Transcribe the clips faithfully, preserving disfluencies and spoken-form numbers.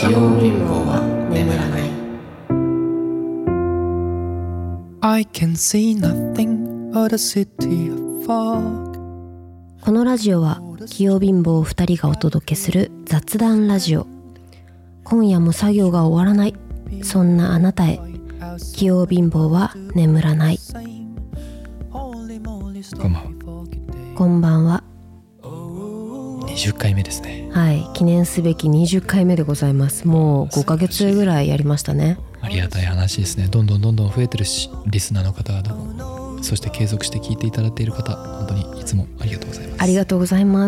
器用貧乏は眠らない。 I can see nothing but a city of fog。 このラジオは器用貧乏ふたりがお届けする雑談ラジオ。今夜も作業が終わらない、そんなあなたへ器用貧乏は眠らない。 こんばんは。 こんばんは。 にじゅっかいめですね。 はい、記念すべきにじゅっかいめでございます。もうごかげつぐらいやりましたね。 ありがたい話ですね。どんどんどんどん増えてるし、リスナーの方々、そして継続して聞いていただいている方、本当にいつもありがとうございます。 ありがとうございます。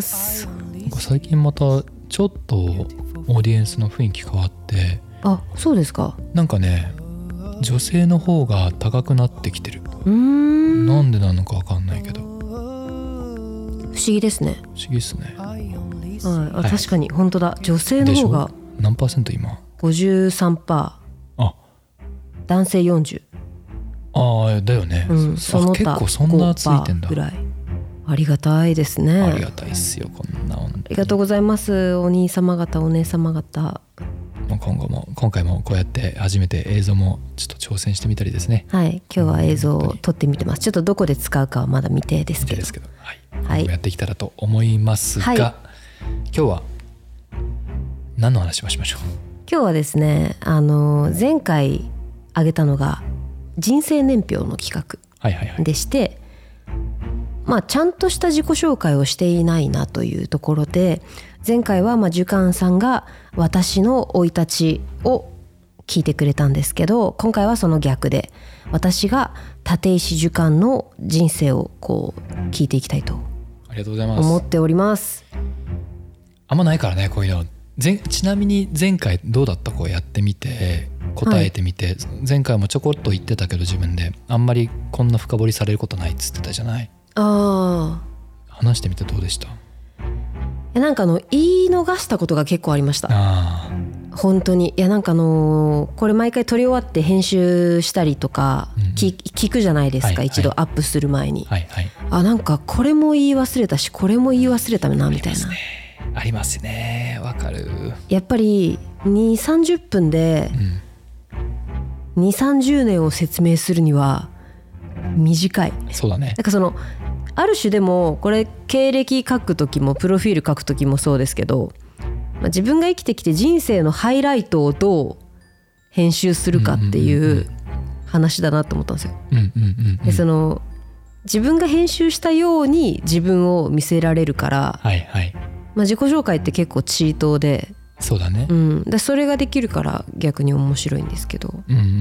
最近またちょっとオーディエンスの雰囲気変わって、 あ、そうですか。 なんかね、女性の方が高くなってきてる。 うーん、 なんでなのかわかんないけど、 不思議ですね。 不思議ですね。 はい、あ、 はい、 確かに本当だ。女性の方が何パーセント今ごじゅうさんパーセント、 あ、 男性よんじゅう。 ああ、だよね、 うん、その他結構そんなついてんだぐらい。ありがたいですね。 ありがたいっすよ、こんな。ありがとうございます。お兄様方、お姉様方。 今後も今回もこうやって初めて映像もちょっと挑戦してみたりですね。 はい、今日は映像を撮ってみてます。ちょっとどこで使うかはまだ未定ですけど、 ですけど、はい、 はい、 やっていけたらと思いますが、はい、今日は何の話をしましょう。 今日はですね、あの前回挙げたのが人生年表の企画でして、はいはいはい、まあ、ちゃんとした自己紹介をしていないなというところで、前回はまあ樹館さんが私の生い立ちを聞いてくれたんですけど、今回はその逆で私が立石樹館の人生をこう聞いていきたいと思っております。 あんまないからね、こういうの。前ちなみに前回どうだった？こうやってみて答えてみて、はい、前回もちょこっと言ってたけど、自分であんまりこんな深掘りされることないっつってたじゃない。 ああ、 話してみてどうでした？ なんかあの言い逃したことが結構ありました。あ、本当に。いや、なんかあのこれ毎回撮り終わって編集したりとか、うん、聞, 聞くじゃないですか、はいはい、一度アップする前に、はいはい、あ、なんかこれも言い忘れたしこれも言い忘れたなみたいな。 ありますね、わかる。 やっぱりにじゅう、さんじゅっぷんでにじゅう、さんじゅうねんを説明するには短い。 そうだね。 なんかそのある種でもこれ経歴書くときもプロフィール書くときもそうですけど、まあ、自分が生きてきて人生のハイライトをどう編集するかっていう話だなと思ったんですよ。で、その自分が編集したように自分を見せられるから、はいはい、まあ、自己紹介って結構チートで、 そうだね、 うん、でそれができるから逆に面白いんですけど、 うんうんうん、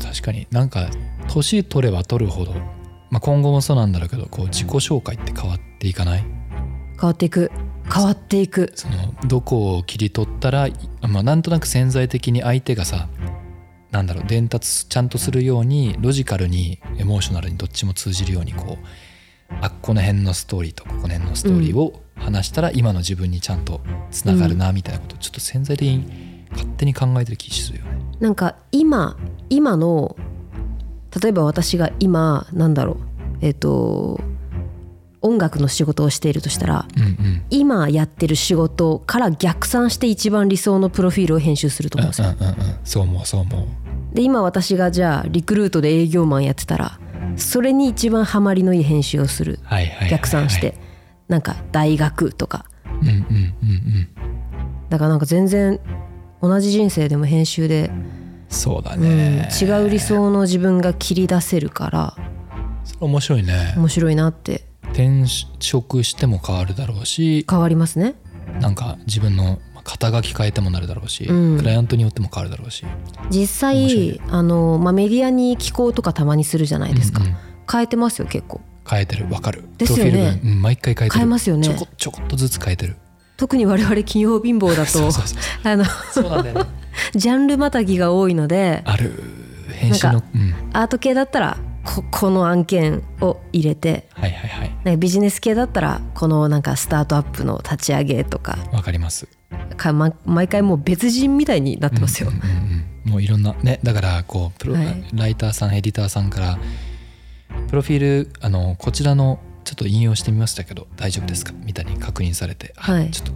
確かになんか年取れば取るほど、まあ、今後もそうなんだろうけど、こう自己紹介って変わっていかない？ 変わっていく変わっていく。 そのどこを切り取ったら、まあ、なんとなく潜在的に相手がさ、なんだろう、伝達ちゃんとするようにロジカルにエモーショナルにどっちも通じるように、こうあこの辺のストーリーとここの辺のストーリーを話したら今の自分にちゃんとつながるなみたいなことをちょっと潜在的に勝手に考えてる気するよね。 なんか今今の例えば私が今なんだろう、えっと音楽の仕事をしているとしたら、うんうん、今やってる仕事から逆算して一番理想のプロフィールを編集すると思うんですよ、うんうんうん、 そう思うそう思う。 で今私がじゃあリクルートで営業マンやってたら、それに一番ハマりのいい編集をする、はいはいはいはい、逆算してなんか大学とか、うんうんうんうん、だからなんか全然同じ人生でも編集でそうだね、 うん、違う理想の自分が切り出せるから、 それ面白いね。 面白いなって。 転職しても変わるだろうし、 変わりますね。 なんか自分の肩書き変えてもなるだろうし、うん、クライアントによっても変わるだろうし、 実際あの、まあ、メディアに寄稿とかたまにするじゃないですか、うんうん、変えてますよ結構。 変えてる、わかる。 ですよね。 プロフィール文、うん、毎回変えてる。 変えますよね。 ちょこちょこっとずつ変えてる。 特に我々器用貧乏だとそうそうそうそうあのそうなんだよねジャンルまたぎが多いので、 ある編集の、 なんか、うん、アート系だったらこ, この案件を入れて、はいはいはい、なんかビジネス系だったらこのなんかスタートアップの立ち上げとか。 わかりますか、ま、毎回もう別人みたいになってますよ、うんうんうん、もういろんなね、だからこうプロ、はい、ライターさんエディターさんからプロフィールあのこちらのちょっと引用してみましたけど大丈夫ですかみたいに確認されて、はい、ちょっとこれ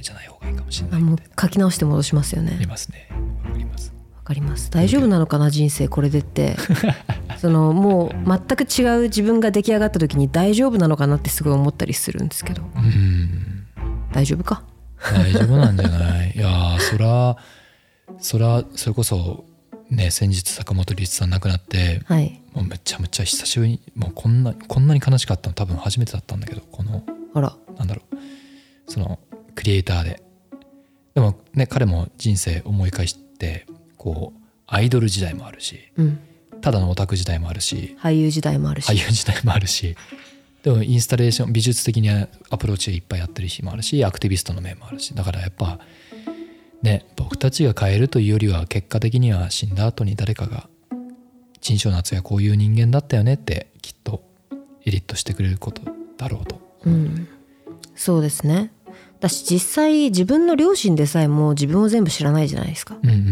じゃない方がいいかもしれない。 あ、もう書き直して戻しますよね。 ありますね。わかります。 わかります。大丈夫なのかな人生これでってそのもう全く違う自分が出来上がった時に大丈夫なのかなってすごい思ったりするんですけど、 うん、 大丈夫か。 大丈夫なんじゃないいやそらそらそれこそね、先日坂本龍一さん亡くなって、 はい、 もうめちゃめちゃ久しぶりにもうこんなこんなに悲しかったの多分初めてだったんだけど、このあらなんだろう、そのクリエイターででもね、彼も人生思い返してこうアイドル時代もあるし、うん、ただのオタク時代もあるし、 俳優時代もあるし俳優時代もあるし、でもインスタレーション美術的にアプローチでいっぱいやってる日もあるし、アクティビストの面もあるし、だからやっぱね、僕たちが変えるというよりは結果的には死んだ後に誰かが陳正夏はこういう人間だったよねってきっとエディットしてくれることだろうと、 うん、そうですね。私実際自分の両親でさえも自分を全部知らないじゃないですか、 うんうんうんうん、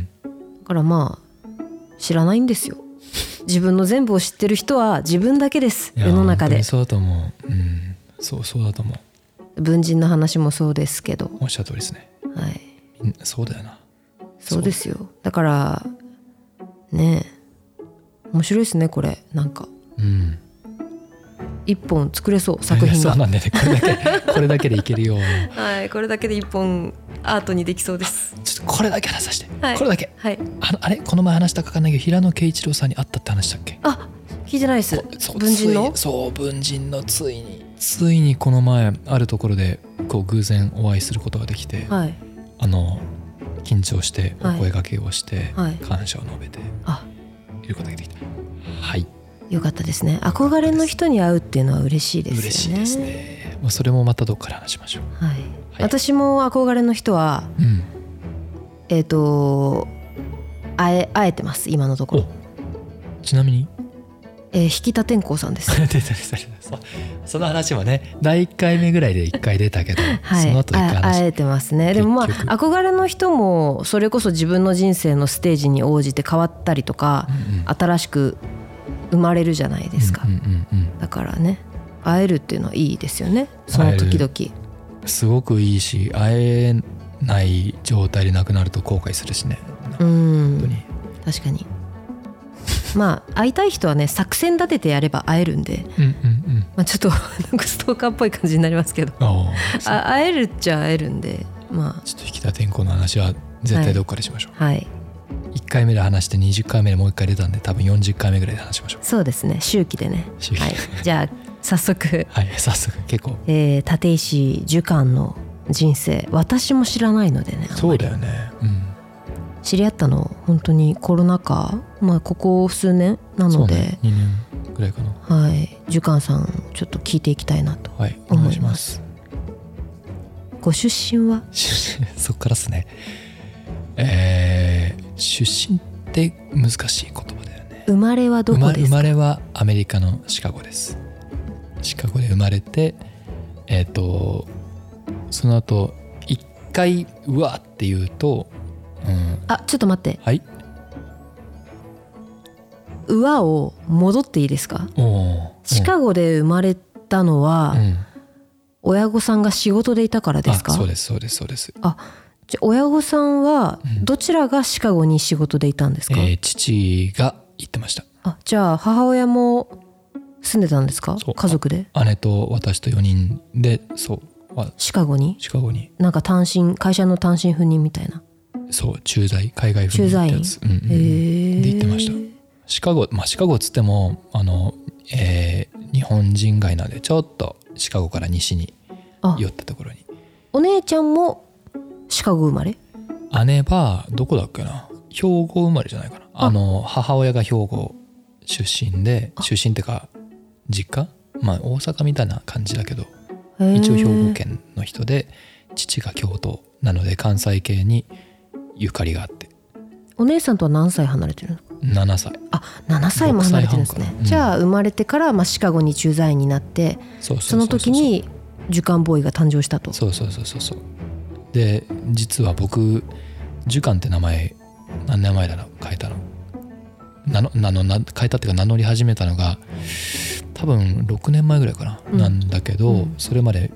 だからまあ知らないんですよ。自分の全部を知ってる人は自分だけです、世の中で。 そうだと思う、うん、そうそうだと思う。文人の話もそうですけど、 おっしゃる通りですね。 はい、 そうだよな。 そうですよ。だからねえ、面白いですねこれ。なんか、うん、一本作れそう作品が。 そうなんでね、これだけこれだけでいけるよはい、これだけで一本アートにできそうです。 ちょっとこれだけ話させて、はい、これだけ、 はい、 あのあれこの前話したか分かんないけど平野啓一郎さんに会ったって話したっけ。 あ、聞いてないです。文人のそう文人のついについにこの前あるところでこう偶然お会いすることができて、はい、あの緊張してお声掛けをして、はい、感謝を述べていることができた。はい、 よかったですね。憧れの人に会うっていうのは嬉しいですよね。 嬉しいですね。もうそれもまたどっかで話しましょう。 はいはい、私も憧れの人は、うん、えっ、ー、と会え会えてます今のところ。 ちなみに、 えー、引田天功さんです。 そ, その話もねだいいっかいめぐらいでいっかい出たけど、はい、その後一回話会えてますね。でもまあ憧れの人もそれこそ自分の人生のステージに応じて変わったりとか、うんうん、新しく生まれるじゃないですか、うんうんうん、だからね会えるっていうのはいいですよね。その時々 すごくいいし、会えない状態でなくなると後悔するしね。 うん、本当に確かに。まあ会いたい人はね作戦立ててやれば会えるんで、うんうんうん、まあ、ちょっとなんかストーカーっぽい感じになりますけどあ会えるっちゃ会えるんで、まあちょっと引田天功の話は絶対どっかでしましょう。 はい、はい、 いっかいめで話してにじゅっかいめでもういっかい出たんで多分よんじゅっかいめぐらいで話しましょう。 そうですね、周期でね。周期、はい、じゃあ早速はい早速結構、 えー、立石寿貫の人生私も知らないのでね。 そうだよね、うん、 知り合ったの本当にコロナ禍、まあ、ここ数年なので、ね、 にねんぐらいかな。 はい、寿貫さんちょっと聞いていきたいなと思います。はい、お願いします。ご出身は？ そっからですね、えー、出身って難しい言葉だよね。 生まれはどこですか？ 生まれはアメリカのシカゴです。シカゴで生まれて、えっとその後一回うわって言うと、うん、 あ、ちょっと待って、 はい、 うわを戻っていいですか？シカゴで生まれたのは、うん、親御さんが仕事でいたからですか？ あ、そうですそうですそうです。 あ、じゃ親御さんはどちらがシカゴに仕事でいたんですか？ えー、父が行ってました。 あ、じゃあ母親も住んでたんですか？家族で。 姉と私とよにんで、そうシカゴにシカゴになんか単身会社の単身赴任みたいな。 そう駐在海外赴任ってやつ、うんうん、で行ってました。シカゴ、まあシカゴっつってもあの、えー、日本人街なんでちょっとシカゴから西に寄ったところに。 お姉ちゃんもシカゴ生まれ？ 姉はどこだっけな、兵庫生まれじゃないかな。あの母親が兵庫出身で、出身ってか実家、まあ大阪みたいな感じだけど一応兵庫県の人で、父が京都なので関西系にゆかりがあって。 お姉さんとは何歳離れてるの？ ななさい。 あ、ななさいも離れてるんですね、うん、じゃあ生まれてから、まあ、シカゴに駐在員になって、その時に寿貫ボーイが誕生したと。 そうそうそうそうそう。で実は僕寿貫って名前何年前だろう変えたの。なのなのな変えたっていうか名乗り始めたのが多分ろくねんまえぐらいかな、うん、なんだけど、うん、それまで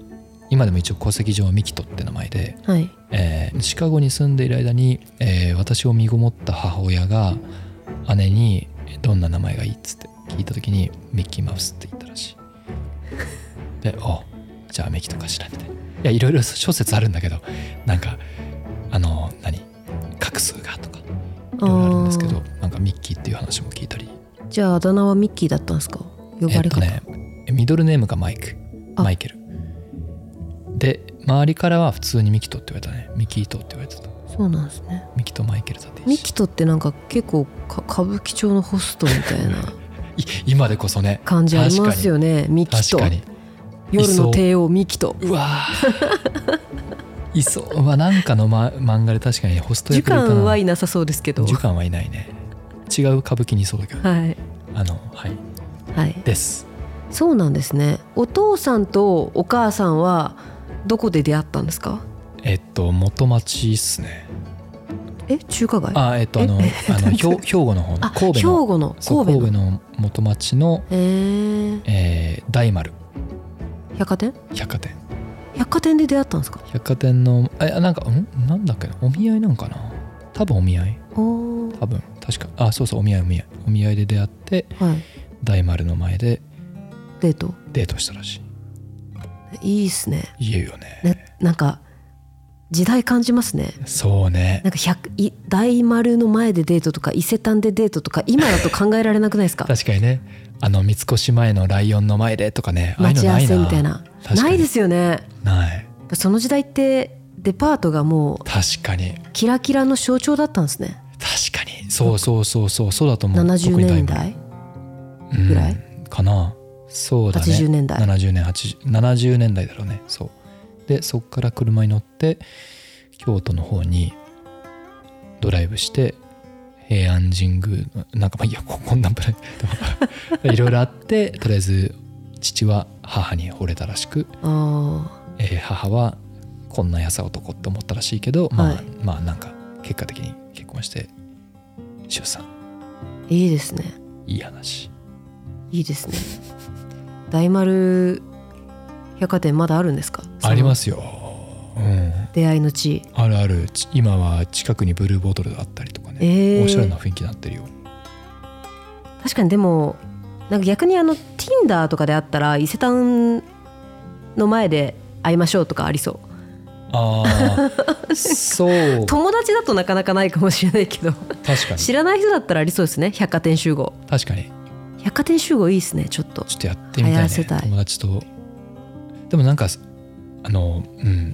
今でも一応戸籍上はミキトって名前で、 はいえーシカゴに住んでいる間に、えー私を身ごもった母親が姉にどんな名前がいいっつって聞いた時にミッキーマウスって言ったらしい。で、おじゃあミキトかしらみたいな。いやいろいろ諸説あるんだけど、なんかあの何画数がとかいろいろあるんですけど、なんかミッキーっていう話も聞いたり。 じゃああだ名はミッキーだったんですか？呼ばれ方、 えっとね、ミドルネームがマイクマイケルで、周りからは普通にミキトって言われたね。ミキートって言われてた。 そうなんですね。 ミキトマイケルだっていいし。 ミキトってなんか結構か歌舞伎町のホストみたいな今でこそね感じありますよね。ミキト、 確かに夜の帝王ミキト。 うわいそううわ、なんかの、ま、漫画で確かにホスト役でいたな。 ジュカンはいなさそうですけど。 ジュカンはいないね。違う歌舞伎にそうだけど、 はいあのはいはいです。 そうなんですね。お父さんとお母さんはどこで出会ったんですか？ えっと元町っすね。 え中華街？ あえっとあのあの兵兵庫の方のあ神戸の兵庫のそう神戸の神戸の元町の、 えー、 えー大丸百貨店百貨店百貨店で出会ったんですか？ 百貨店のえなんかんなんだっけな、お見合いなんかな、多分お見合い、 おー多分確かあそうそうお見合いお見合いお見合いで出会って、 はい、 大丸の前でデートデートしたらしいいっすね。 い。いいよね。 ね、なんか時代感じますね。 そうね。 なんか百い大丸の前でデートとか伊勢丹でデートとか今だと考えられなくないですか？ 確かにね、あの三越前のライオンの前でとかね、ああいう待ち合わのないな。 せみたいなないですよね。 ない。 その時代ってデパートがもう確かにキラキラの象徴だったんですね。 確かにそうそうそうそうそうだと思う。 ななじゅうねんだいぐらい、 うん、かな。そうだね。 はちじゅうねんだいななじゅうねんはちじゅう ななじゅうねんだいだろうね。そうでそっから車に乗って京都の方にドライブして平安神宮のなんかまあいや こ, こんなんプライいろいろあってとりあえず父は母に惚れたらしく、 あえー母はこんな優男って思ったらしいけど、まあ、 はいまあなんか結果的に結婚して出産。 ーいいですね。 いい話。 いいですね。大丸百貨店まだあるんですか？ ありますよ。うん、 出会いの地。あるある。今は近くにブルーボトルがあったりとかね、 えー、 おしゃれな雰囲気になってるよ。 確かに。でもなんか逆にあの Tinder とかであったら伊勢丹の前で会いましょうとかありそう。 ああそう友達だとなかなかないかもしれないけど確かに知らない人だったらありそうですね。百貨店集合。 確かに百貨店集合いいですね。ちょっとちょっとやってみたいね。 流行らせたい。 友達と。でもなんかあのうん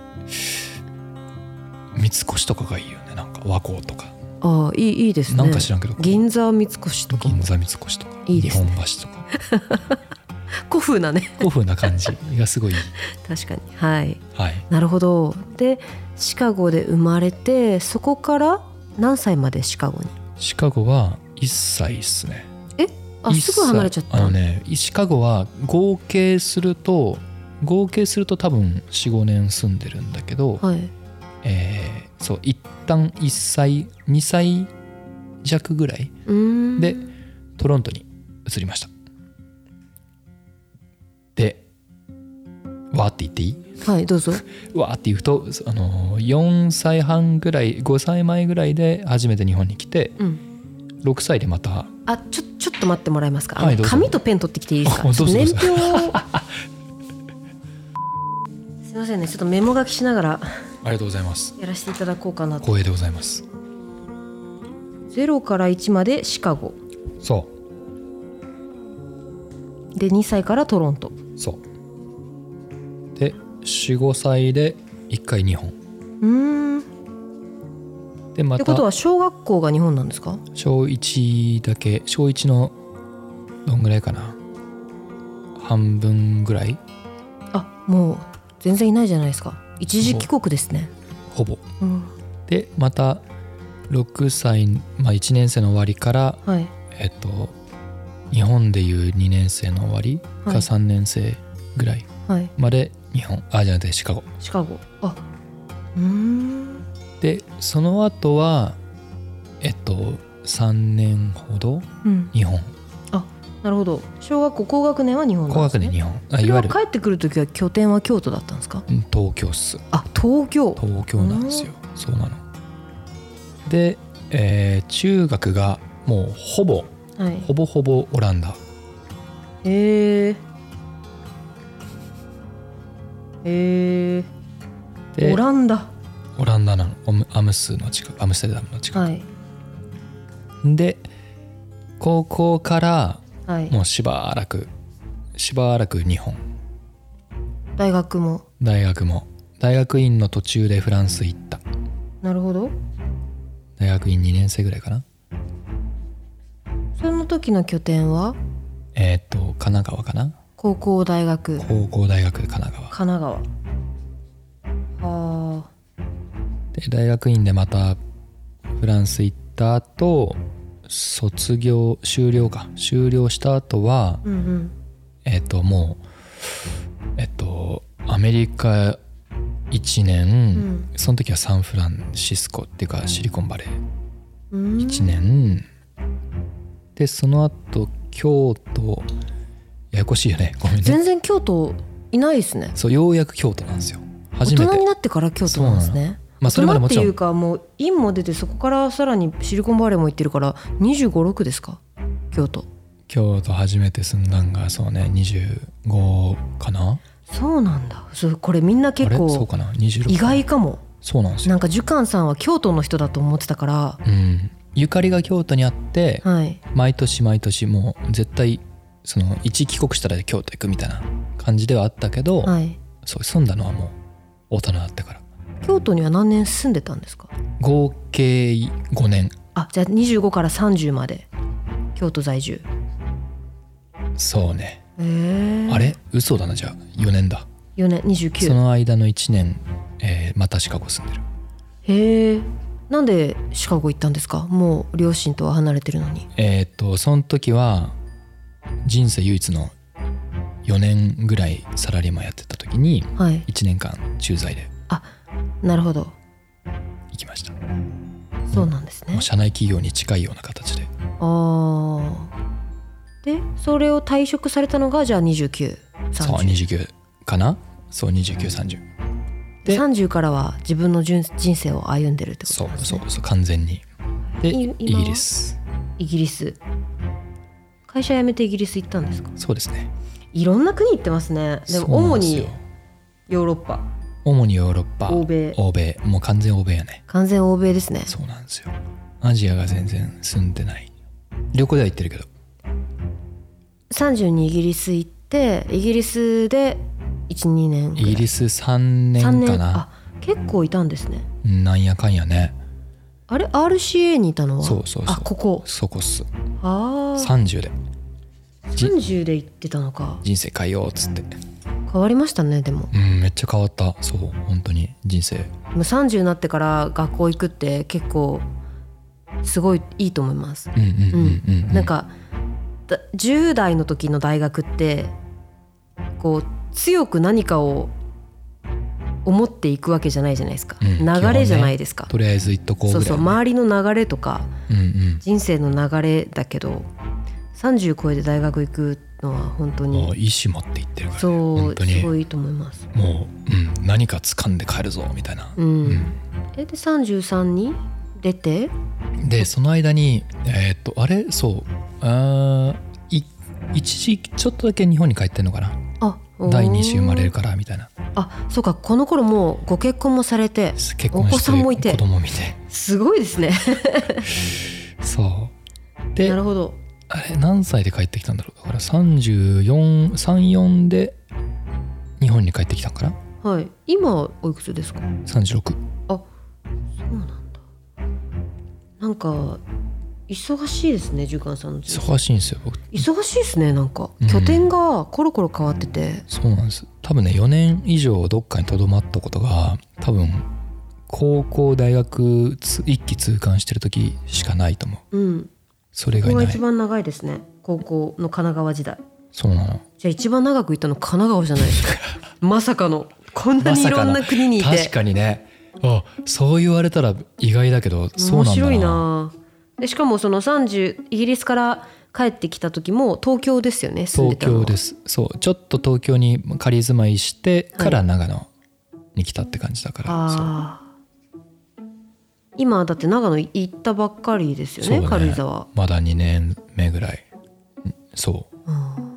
三越とかがいいよね。なんか和光とか。 ああいい、いいですね。 なんか知らんけど銀座三越とか銀座三越とかいいですね。 日本橋とか古風なね古風な感じがすごいいい。 確かに。はい、 はい、 なるほど。でシカゴで生まれてそこから何歳までシカゴに？ シカゴはいっさいっすね。 えあすぐ離れちゃった。 あのねシカゴは合計すると合計すると多分 よん,ご 年住んでるんだけど、 はいえー、そう一旦いっさいにさい弱ぐらいでトロントに移りました。でわーって言っていい？ はいどうぞ。 わーって言うとあのよんさいはんぐらいごさいまえぐらいで初めて日本に来て、うん、ろくさいでまたあちょちょっと待ってもらえますか？ はい、 紙とペン取ってきていいですか？ どうぞどうぞ年表をすいませんねちょっとメモ書きしながらありがとうございます。 やらせていただこうかなと。 光栄でございます。 ゼロからいちまでシカゴ。 そうでにさいからトロント。 そうで よん,ご 歳でいっかい日本。 うーんでまたってことは小学校が日本なんですか？ 小いちだけ。小いちのどんぐらいかな半分ぐらい。 あもう全然いないじゃないですか。一時帰国ですねほぼ、 うん、 でまたろくさい、まあ、いちねん生の終わりから、 はい、 えっと日本でいうにねん生の終わりかさんねん生ぐらいまで日本、はい、あじゃなくてシカゴシカゴあうーんでその後はえっとさんねんほど日本、 うん、あなるほど。小学校高学年は日本なんですね。 高学年日本。あ、 それはいわゆる帰ってくるときは拠点は京都だったんですか？ 東京っす。 あ、東京。 東京なんですよ。そうなの。で、えー中学がもうほぼ、 はい、 ほぼほぼオランダ。 へえへえ。オランダ。 オランダなの。オムアムスの近く、アムステルダムの近く、 はい、 で高校からはい、 もうしばらくしばらく日本。 大学も。 大学も大学院の途中でフランス行った。 なるほど。 大学院にねん生ぐらいかな。 その時の拠点はえっ、ー、と神奈川かな。 高校大学。 高校大学神奈川。 神奈川。はあ。 で大学院でまたフランス行った後、卒業修了か修了した後は、 うんうん、 えっ、ー、ともうえっ、ー、とアメリカいちねん、うん、その時はサンフランシスコっていうかシリコンバレーいちねんで、その後京都。ややこしいよね、ごめんね。 全然京都いないですね。 そう、ようやく京都なんですよ。初めて。 大人になってから京都なんですね。 まあ、それまでもちろん大人っていうかもう院も出て、そこからさらにシリコンバレーも行ってるからにじゅうご、ろくですか、京都。 京都初めて住んだんがそうねにじゅうごかな。 そうなんだ。それこれみんな結構そうかなにじゅうろく意外かも。 そうなんですよ。 なんか寿貫さんは京都の人だと思ってたから、 うん、ゆかりが京都にあって、 はい、 毎年毎年もう絶対その一帰国したら京都行くみたいな感じではあったけど、 はい、 そう住んだのはもう大人になってから。 京都には何年住んでたんですか？ 合計ごねん。 あ、じゃあにじゅうごからさんじゅうまで京都在住。 そうね。 えー、 あれ嘘だな。じゃあよねんだ。 よねん、にじゅうきゅう。 その間のいちねん、えー、またシカゴ住んでる。 へえ。なんでシカゴ行ったんですか？もう両親とは離れてるのに。 えっとその時は人生唯一のよねんぐらいサラリーマンやってた時にいちねんかん駐在で、 はい、あ、なるほど、 行きました。 そうなんですね。 もう社内企業に近いような形で。 ああ。でそれを退職されたのがじゃあにじゅうきゅう、さんじゅう。 そうにじゅうきゅうかな。そうにじゅうきゅう、さんじゅうでさんじゅうからは自分の人生を歩んでるってことですね。 そうそうそう、完全に。でイギリス。 イギリス会社辞めてイギリス行ったんですか？ そうですね。 いろんな国行ってますね。でも主にヨーロッパ。 主にヨーロッパ、 欧米。 欧米、もう完全欧米やね。 完全欧米ですね。 そうなんですよ。アジアが全然住んでない。旅行では行ってるけど。 さんじゅうにイギリス行って、イギリスでいち、にねんぐらい。 イギリスさんねんかな。さんねん、 あ、結構いたんですね。 なんやかんやね。 あれ アールシーエー にいたのは。 そうそうそう。 あ、ここ。 そこっす。 ああ。 さんじゅうで。 さんじゅうで行ってたのか。 人生変えようっつって。 変わりましたね。でも。 うん、めっちゃ変わった。そう本当に人生。 もうさんじゅうになってから学校行くって結構すごいいいと思います。 うんうんうんうん、うん。 なんかじゅう代の時の大学ってこう強く何かを思っていくわけじゃないじゃないですか、うん、流れじゃないですか、 ね、とりあえず行っとこうぐらい、ね、 そうそう、周りの流れとか、 うんうん、 人生の流れだけどさんじゅう超えて大学行くのは本当に意思持って行ってるから、ね、 そう本当にすごいいいと思います。 もう、うん、何か掴んで帰るぞみたいな、 うんうん、えでさんじゅうさんに出てでその間にえー、っとあれそうあい一時ちょっとだけ日本に帰ってんのかな。あだいに子生まれるからみたいな。 あ、そうか、この頃もうご結婚もされて結婚してお子さんもいて子供見てすごいですねそうでなるほど。 あれ何歳で帰ってきたんだろう。だからさんじゅうよん、さんじゅうよんで日本に帰ってきたんかな。 はい。今おいくつですか？ さんじゅうろく。 あ、そうなんだ。なんか忙しいですね、寿貫さんの。 忙しいんですよ僕。 忙しいですね。なんか拠点がコロコロ変わってて、うん、 そうなんです。多分ねよねん以上どっかにとどまったことが多分高校大学一期通貫してる時しかないと思う。うん。それがいない。 ここが一番長いですね。高校の神奈川時代。 そうなの。 じゃあ一番長く行ったの神奈川じゃないですかまさかのこんなにいろんな国にいて、 ま、確かにね。あ、そう言われたら意外だけどそうなんだな。 面白いな。でしかもそのさんじゅうイギリスから帰ってきた時も東京ですよね、住んでたのは。 東京です。そうちょっと東京に仮住まいしてから長野に来たって感じだから、はい、あ今だって長野行ったばっかりですよ ね, ね軽井沢まだにねんめぐらい。そう、うん、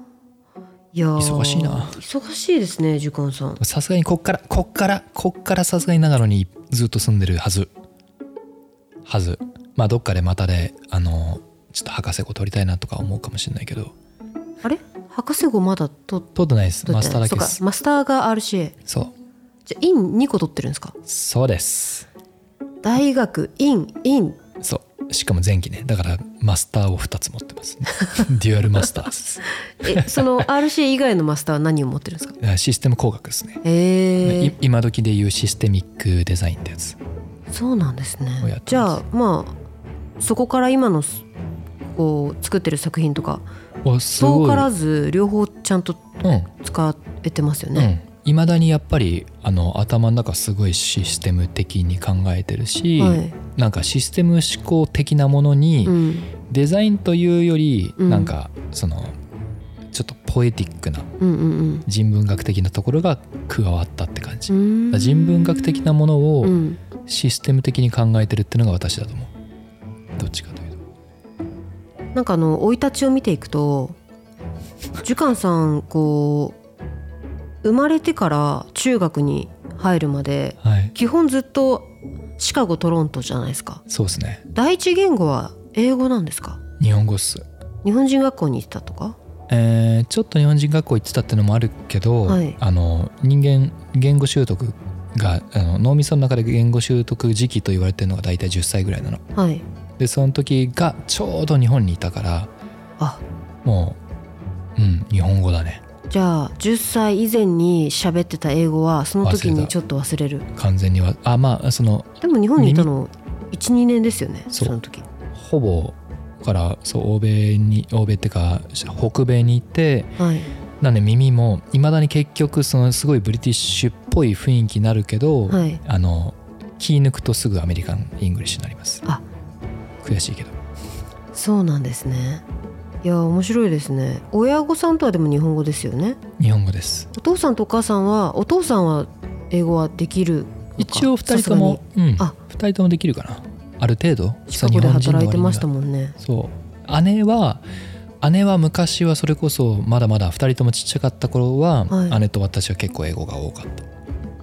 いや忙しいな。 忙しいですね、時間さん。 さすがにこっからこっからこっからさすがに長野にずっと住んでるはずはず。まあどっかでまたであのちょっと博士号取りたいなとか思うかもしれないけど。 あれ博士号まだ取取ってないです。マスターだけです。 そうか、マスターが アールシーエー。 そう。 じゃあ院にこ取ってるんですか？ そうです。 大学院院。 そう。しかも前期ね。だからマスターをふたつ持ってます、ね、デュアルマスターズ。 えその アールシーエー 以外のマスターは何を持ってるんですか？ システム工学ですね。 へえ。 今時でいうシステミックデザインってやつ。 そうなんですね。じゃあまあそこから今のこう作ってる作品とか遠からず両方ちゃんと使えてますよね。いま、 うん、だにやっぱりあの頭の中すごいシステム的に考えてるし、はい、なんかシステム思考的なものに、うん、デザインというより、うん、なんかそのちょっとポエティックな人文学的なところが加わったって感じ、うん、人文学的なものをシステム的に考えてるっていうのが私だと思う。どっちかというとなんかあの生い立ちを見ていくとジュカンさんこう生まれてから中学に入るまで、はい、基本ずっとシカゴトロントじゃないですか。 そうですね。 第一言語は英語なんですか？ 日本語っす。 日本人学校に行ってたとか？ えー、ちょっと日本人学校行ってたってのもあるけど、はい、あの人間言語習得があの脳みその中で言語習得時期と言われてるのが大体じゅっさいぐらいなの。はい。でその時がちょうど日本にいたから、あもううん日本語だね。 じゃあじゅっさい以前に喋ってた英語はその時にちょっと忘れる。 完全にはあまあそのでも日本にいたの いちにねんですよね。 そ, その時ほぼからそう欧米に欧米ってか北米に行って、はい、なんで耳もいまだに結局そのすごいブリティッシュっぽい雰囲気になるけど、はい、あの気抜くとすぐアメリカンイングリッシュになります。あ悔しいけど。 そうなんですね。いや面白いですね。親御さんとはでも日本語ですよね？ 日本語です。 お父さんとお母さんはお父さんは英語はできるのか？ 一応ふたりとも、うん、あふたりともできるかなある程度。 シカゴで働いてましたもんね。 そう姉は姉は昔はそれこそまだまだふたりともちっちゃかった頃は、はい、姉と私は結構英語が多かった。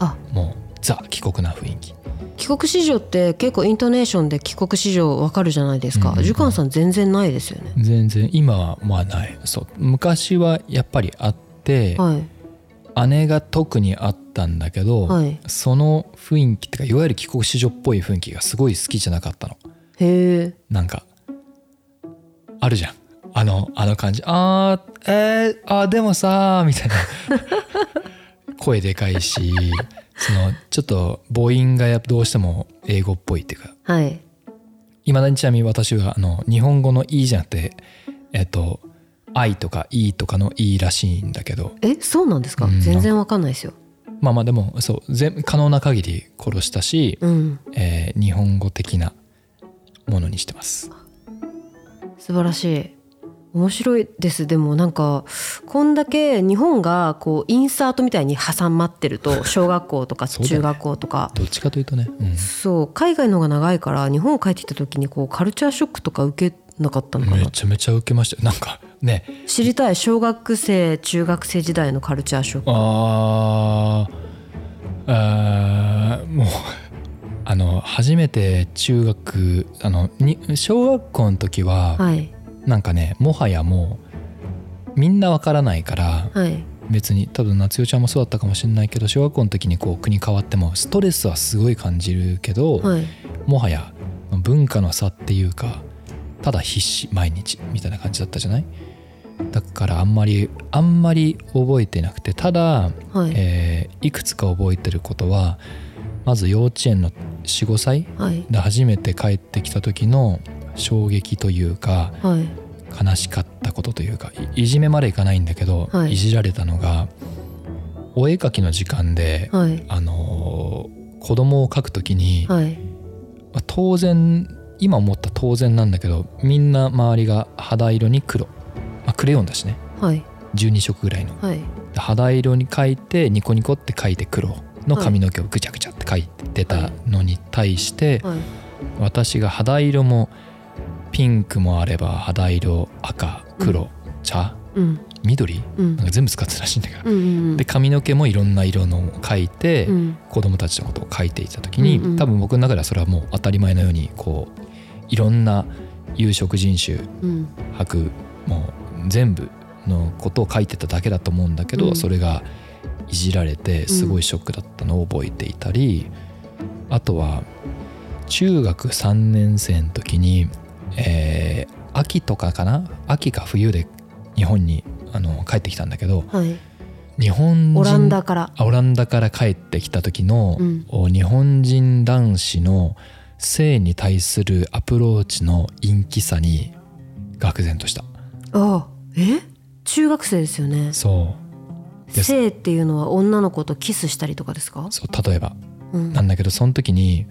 あもうザ帰国な雰囲気。 帰国子女って結構イントネーションで帰国子女分かるじゃないですか。ジュカンさん全然ないですよね。 全然今はまあない。そう昔はやっぱりあって、はい、姉が特にあったんだけど、はい、その雰囲気ってかいわゆる帰国子女っぽい雰囲気がすごい好きじゃなかったの。へえ。なんかあるじゃんあのあの感じ。あーえー、あでもさみたいな声でかいしそのちょっと母音がどうしても英語っぽいっていうか、はい、いまだにちなみに私はあの日本語の E じゃなくてえっと I とか E とかの E らしいんだけど。 えそうなんですか？うん、全然わかんないですよ。 まあまあでもそう全可能な限り殺したし、うんえー、日本語的なものにしてます。 素晴らしい。面白いです。でもなんかこんだけ日本がこうインサートみたいに挟まってると小学校とか中学校とかどっちかというとね、うん、 そう海外の方が長いから日本帰ってきた時にこうカルチャーショックとか受けなかったのかな。 めちゃめちゃ受けましたよ。なんかね知りたい。小学生中学生時代のカルチャーショック。 ああもうあの初めて中学あのに小学校の時は、はいなんかねもはやもうみんなわからないから、はい、別に多分夏代ちゃんもそうだったかもしれないけど小学校の時にこう国変わってもストレスはすごい感じるけど、はい、もはや文化の差っていうかただ必死毎日みたいな感じだったじゃない。だからあんまりあんまり覚えてなくてただ、はいえー、いくつか覚えてることはまず幼稚園の よん,ご 歳で初めて帰ってきた時の衝撃というか、はい、悲しかったことというか い, いじめまでいかないんだけど、はい、いじられたのがお絵描きの時間で、はい、あの子供を描くときに、はい、当然今思った当然なんだけど、みんな周りが肌色に黒、まあ、クレヨンだしね、 はい、 じゅうにしょくぐらいの、 はい、 肌色に描いてニコニコって描いて黒の髪の毛をぐちゃぐちゃって描いてたのに対して、はいはい、私が肌色もピンクもあれば肌色赤黒、うん、茶、うん、緑、うん、なんか全部使ってたらしいんだけど、うんうんうん、で髪の毛もいろんな色のを描いて、うん、子供たちのことを描いていた時に、うんうん、多分僕の中ではそれはもう当たり前のようにこういろんな有色人種、うん、白もう全部のことを書いてただけだと思うんだけど、うん、それがいじられてすごいショックだったのを覚えていたり、うん、あとは中学さんねん生の時に、えー、秋とかかな秋か冬で日本にあの帰ってきたんだけど、はい、日本人オランダからオランダから帰ってきた時の、うん、日本人男子の性に対するアプローチの陰気さに愕然とした。 ああ、え中学生ですよね。 そう性っていうのは女の子とキスしたりとかですか？ そう例えば、うん、なんだけどその時に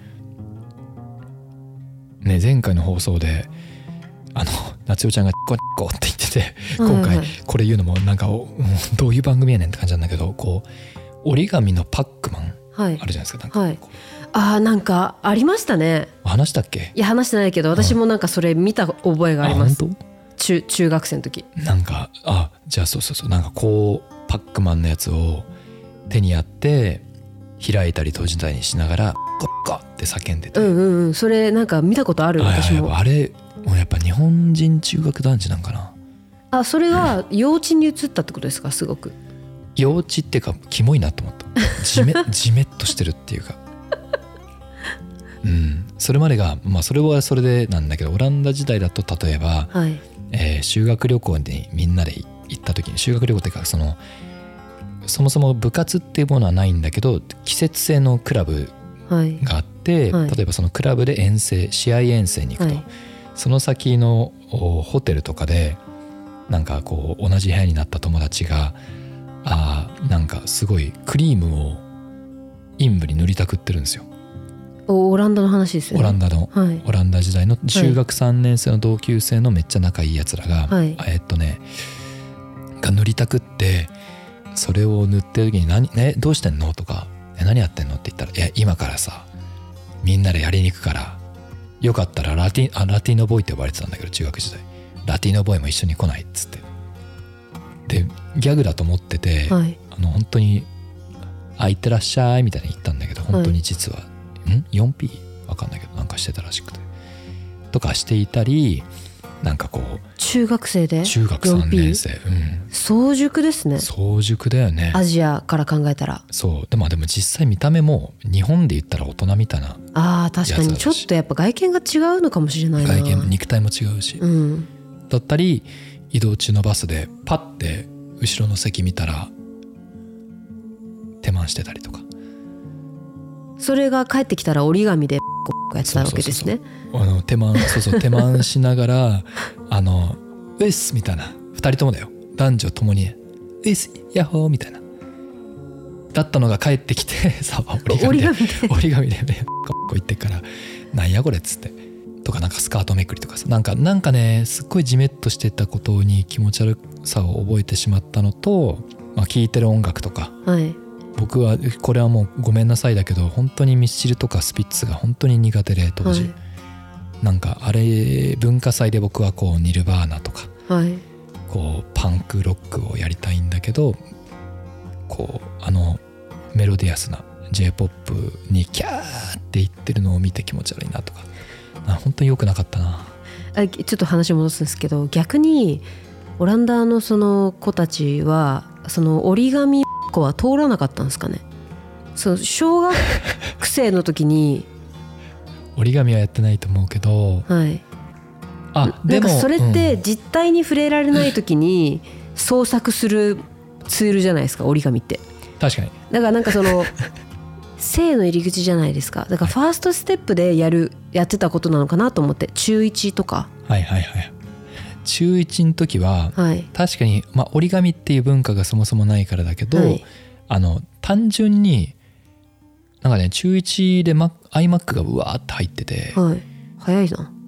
ね、前回の放送であの夏代ちゃんがコッコって言ってて、今回これ言うのもなんかどういう番組やねんって感じなんだけど、こう折り紙のパックマンあるじゃないですか、なんか、はい、 あーなんかありましたね。 話したっけ？ いや話してないけど私もなんかそれ見た覚えがあります。中, 中学生の時なんかあじゃあそうそうそうなんかこうパックマンのやつを手にやって開いたり閉じたりしながらコッコって叫んでて、 うんうんうん、それなんか見たことある。私もあれもうやっぱ日本人中学男児なんかなあ。それが幼稚に移ったってことですか？すごく幼稚っていうかキモいなと思った。じめじめっとしてるっていうかうん、それまでが、まあ、それはそれでなんだけど、オランダ時代だと例えば、はいえー、修学旅行にみんなで行った時に、修学旅行っていうかそのそもそも部活っていうものはないんだけど季節性のクラブがあって、はいはい、例えばそのクラブで遠征試合遠征に行くと、はい、その先のホテルとかでなんかこう同じ部屋になった友達があなんかすごいクリームを陰部に塗りたくってるんですよ。 オランダの話ですよね。 オランダの、はい、オランダ時代の中学さんねん生の同級生のめっちゃ仲いいやつらが、はい、えっとねが塗りたくって、それを塗ってる時に何、ね、どうしてんのとか何やってんのって言ったら、いや今からさみんなでやりに行くからよかったらラティあラティーノボーイって呼ばれてたんだけど中学時代、ラティーノボーイも一緒に来ないっつって、でギャグだと思ってて、はい、あの本当にあ行ってらっしゃいみたいに言ったんだけど、本当に実は、はい、ん よんピー わかんないけどなんかしてたらしくてとかしていたり、なんかこう中学生で中学さんねん生、うん、 早熟ですね。 早熟だよね、 アジアから考えたら。 そうでもでも実際見た目も日本で言ったら大人みたいな。 あー確かにちょっとやっぱ外見が違うのかもしれないな。 外見も肉体も違うし、うん、だったり移動中のバスでパッて後ろの席見たら手満してたりとか、 それが帰ってきたら折り紙でやってたわけですね。 あの手満そうそう手満しながらあのウエスみたいな、ふたりともだよ、男女ともにウエスヤッホーみたいなだったのが帰ってきてさ折り紙で折り紙でねこう言ってからなんやこれっつってとか、なんかスカートめくりとかさ、なんかなんかねすっごいジメッとしてたことに気持ち悪さを覚えてしまったのと、まあ、聴いてる音楽とか、はい、僕はこれはもうごめんなさいだけど本当にミスチルとかスピッツが本当に苦手で当時、はい、なんかあれ文化祭で僕はこうニルバーナとか、はい、こうパンクロックをやりたいんだけど、こうあのメロディアスな J-ポップ にキャーって言ってるのを見て気持ち悪いなとか、本当に良くなかったな。 あちょっと話戻すんですけど、逆にオランダのその子たちはその折り紙子は通らなかったんですかね。その小学生の時に折り紙はやってないと思うけど、はい、 あでもなんかそれって実体に触れられない時に創作するツールじゃないですか、折り紙って。 確かに。 だからなんかその性の入り口じゃないですか。だからファーストステップでやるやってたことなのかなと思って。中いちとか。はいはいはい。 中いちの時は、はい、確かに、まあ、折り紙っていう文化がそもそもないからだけど、はい、あの単純になんかね中いちで、マ iMac がうわーって入ってて、 はい、早いな。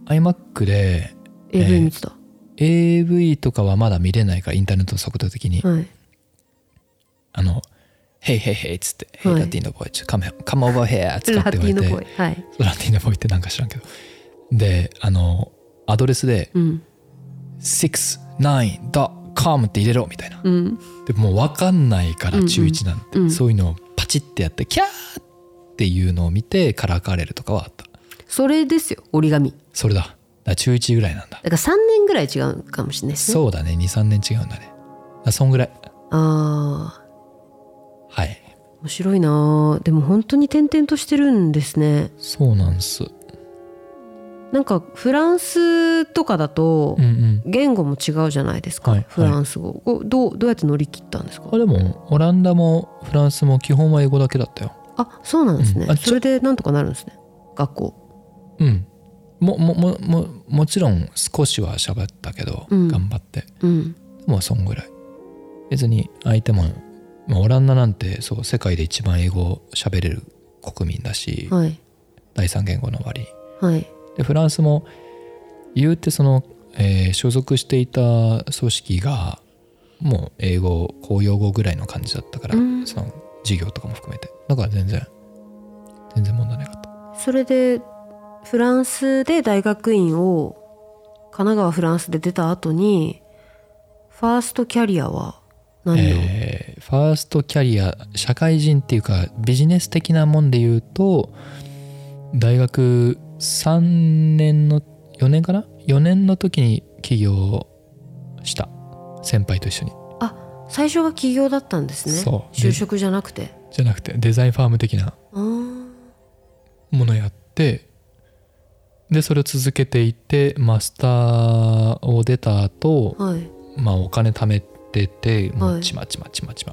iMac でエーブイ 見てた、 えー、エーブイ とかはまだ見れないからインターネット速度的に、 はい、 あのヘイヘイヘイっつって、ヘイラティーノボーイ、ちょ、カム、カムオーバーヘアっつって言われて、ラティーノボーイ、はい、ラティーノボーイってなんか知らんけど、で、あのアドレスで、うん、シックスナインドットコム って入れろみたいな、うん、でもう分かんないから中いちなんて、うんうん、そういうのをパチってやってキャーっていうのを見てからかれるとかはあった。 それですよ、折り紙。それだ。だから中いちぐらいなんだ。 だからさんねんぐらい違うかもしれないですね。 そうだね、にさんねん違うんだね。だそんぐらい。 ああ。 はい。 面白いな。でも本当に転々としてるんですね。 そうなんです。 なんかフランスとかだと言語も違うじゃないですか、うんうん、フランス語、はい、どう、どうやって乗り切ったんですか？ あ、でもオランダもフランスも基本は英語だけだったよ。 あ、そうなんですね、うん、それでなんとかなるんですね、学校。 うんもももももちろん少しは喋ったけど、うん、頑張って、うん、もうそんぐらい。別に相手も、まあ、オランダなんてそう世界で一番英語を喋れる国民だし、はい、だいさん言語の割に、はい、でフランスも言うてその、えー、所属していた組織がもう英語公用語ぐらいの感じだったから、うん、その授業とかも含めてだから全然全然問題なかった。 それでフランスで大学院を神奈川フランスで出た後にファーストキャリアは何を、 えー、ファーストキャリア社会人っていうかビジネス的なもんで言うと大学さんねんのよねんかなよねんの時に起業した先輩と一緒に。 あ、最初は起業だったんですね。そう就職じゃなくてじゃなくてデザインファーム的なものやってでそれを続けていてマスターを出た後、はい、まあお金貯めててもうちまちまちまちま、はい、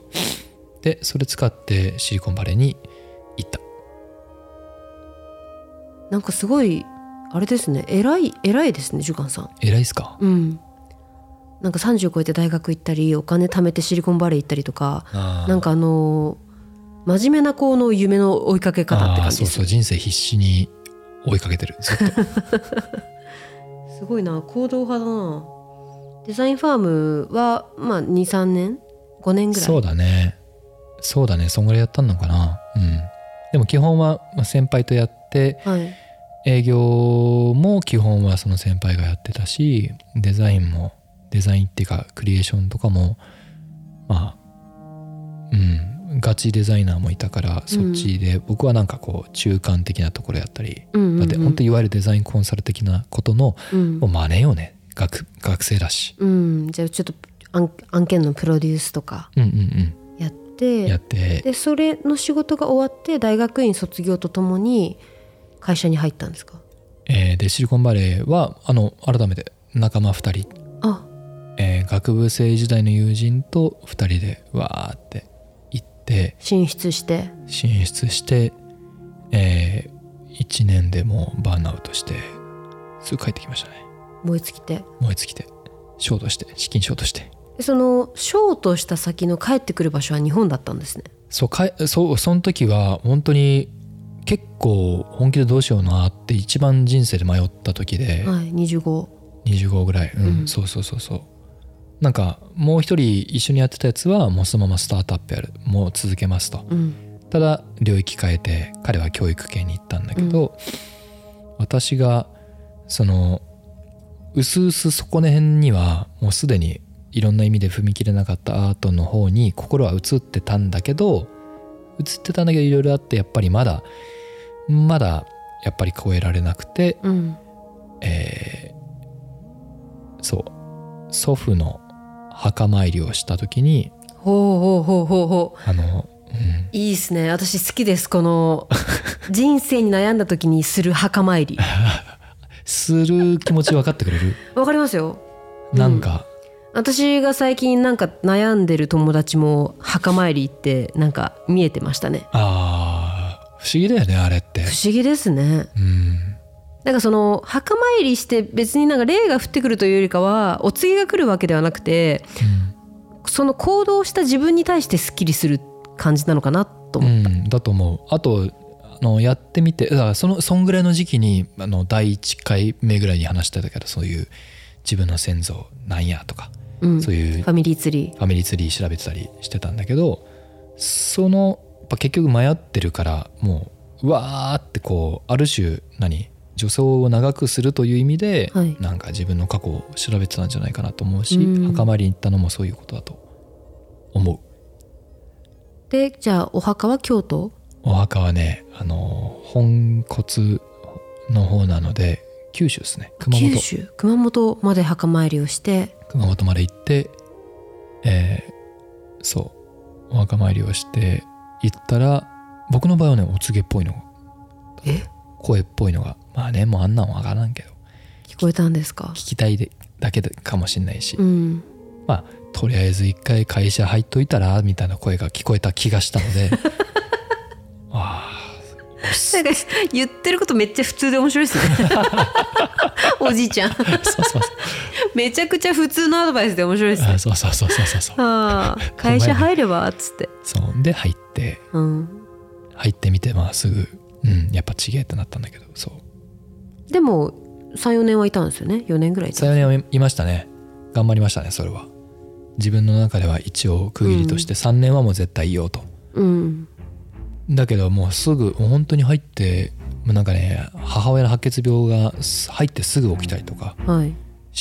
でそれ使ってシリコンバレーに行った。 なんかすごいあれですね、偉い偉いですね、ジュカンさん。 偉いっすか？ うん。なんかさんじゅう超えて大学行ったりお金貯めてシリコンバレー行ったりとか、なんかあの真面目な子の夢の追いかけ方って感じです。 そうそう、人生必死に追いかけてるずっとすごいな、行動派だな。デザインファームはまあにさんねんごねんぐらい。 そうだねそうだねそんぐらいやったのかな。うん。でも基本は先輩とやって、はい、営業も基本はその先輩がやってたしデザインもデザインっていうかクリエーションとかもまあうんガチデザイナーもいたからそっちで、うん、僕はなんかこう中間的なところやったり、うんうんうん、だって本当いわゆるデザインコンサル的なことの、うん、もう真似よね 学, 学生だし、 うん、じゃあちょっと 案, 案件のプロデュースとかやって、うんうんうん、 やってでそれの仕事が終わって大学院卒業とともに会社に入ったんですか？ えー、でシリコンバレーはあの改めて仲間ふたり、あ、えー、学部生時代の友人とふたりでわーって行って進出して進出して、えー、いちねんでもうバーンアウトしてすぐ帰ってきましたね。 燃え尽きて燃え尽きてショートして資金ショートして。 そのショートした先の帰ってくる場所は日本だったんですね。 そうかそその時は本当に結構本気でどうしようなって一番人生で迷った時で、 はい、にじゅうごにじゅうごぐらい、うんうん、そうそうそうそうなんかもう一人一緒にやってたやつはもうそのままスタートアップやるもう続けますと、うん、ただ領域変えて彼は教育系に行ったんだけど、うん、私がそのうすうすそこら辺にはもうすでにいろんな意味で踏み切れなかったアートの方に心は移ってたんだけど移ってたんだけどいろいろあってやっぱりまだまだやっぱり超えられなくて、うんえー、そう祖父の墓参りをした時にほうほうほうほうほうあの、うん、 いいですね。私好きです。この人生に悩んだ時にする墓参りする気持ち分かってくれる？ 分かりますよ。 なんか、 うん、私が最近なんか悩んでる友達も墓参り行ってなんか見えてましたね。 あ不思議だよねあれって。 不思議ですね、うん、なんかその墓参りして別になんか霊が降ってくるというよりかはお告げが来るわけではなくて、うん、その行動した自分に対してスッキリする感じなのかなと思った、うん、 だと思う。あとあのやってみて、だからそのそんぐらいの時期にあのだいいっかいめぐらいに話してたけど、そういう自分の先祖なんやとか、うん、そういうファミリーツリーファミリーツリー調べてたりしてたんだけど、そのやっぱ結局迷ってるから、もううわーってこうある種何助走を長くするという意味で、はい、なんか自分の過去を調べてたんじゃないかなと思うし、うん、墓参りに行ったのもそういうことだと思う。 でじゃあお墓は京都？ お墓はね、あの本骨の方なので九州ですね。熊本。九州熊本まで墓参りをして熊本まで行って、えー、そうお墓参りをして行ったら、僕の場合はねお告げっぽいのが、 え声っぽいのが、まあねもうあんなんわからんけど聞こえたんですか？ 聞きたいでだけかもしれないし、 うん、 まあとりあえず一回会社入っといたらみたいな声が聞こえた気がしたのであなんか言ってることめっちゃ普通で面白いですねおじいちゃんそうそうそうめちゃくちゃ普通のアドバイスで面白いですね。 あそうそうそうそうそうあ会社入ればっつってそうで入って、うん、入ってみてまあすぐ、うん、やっぱちげえってなったんだけど、そうでも さん,よ 年はいたんですよね。よねんぐらいいたんですよ。 さん,よ 年はいましたね。頑張りましたね。それは自分の中では一応区切りとしてさんねんはもう絶対いいよと、うん、だけどもうすぐもう本当に入ってなんかね、母親の白血病が入ってすぐ起きたりとかして、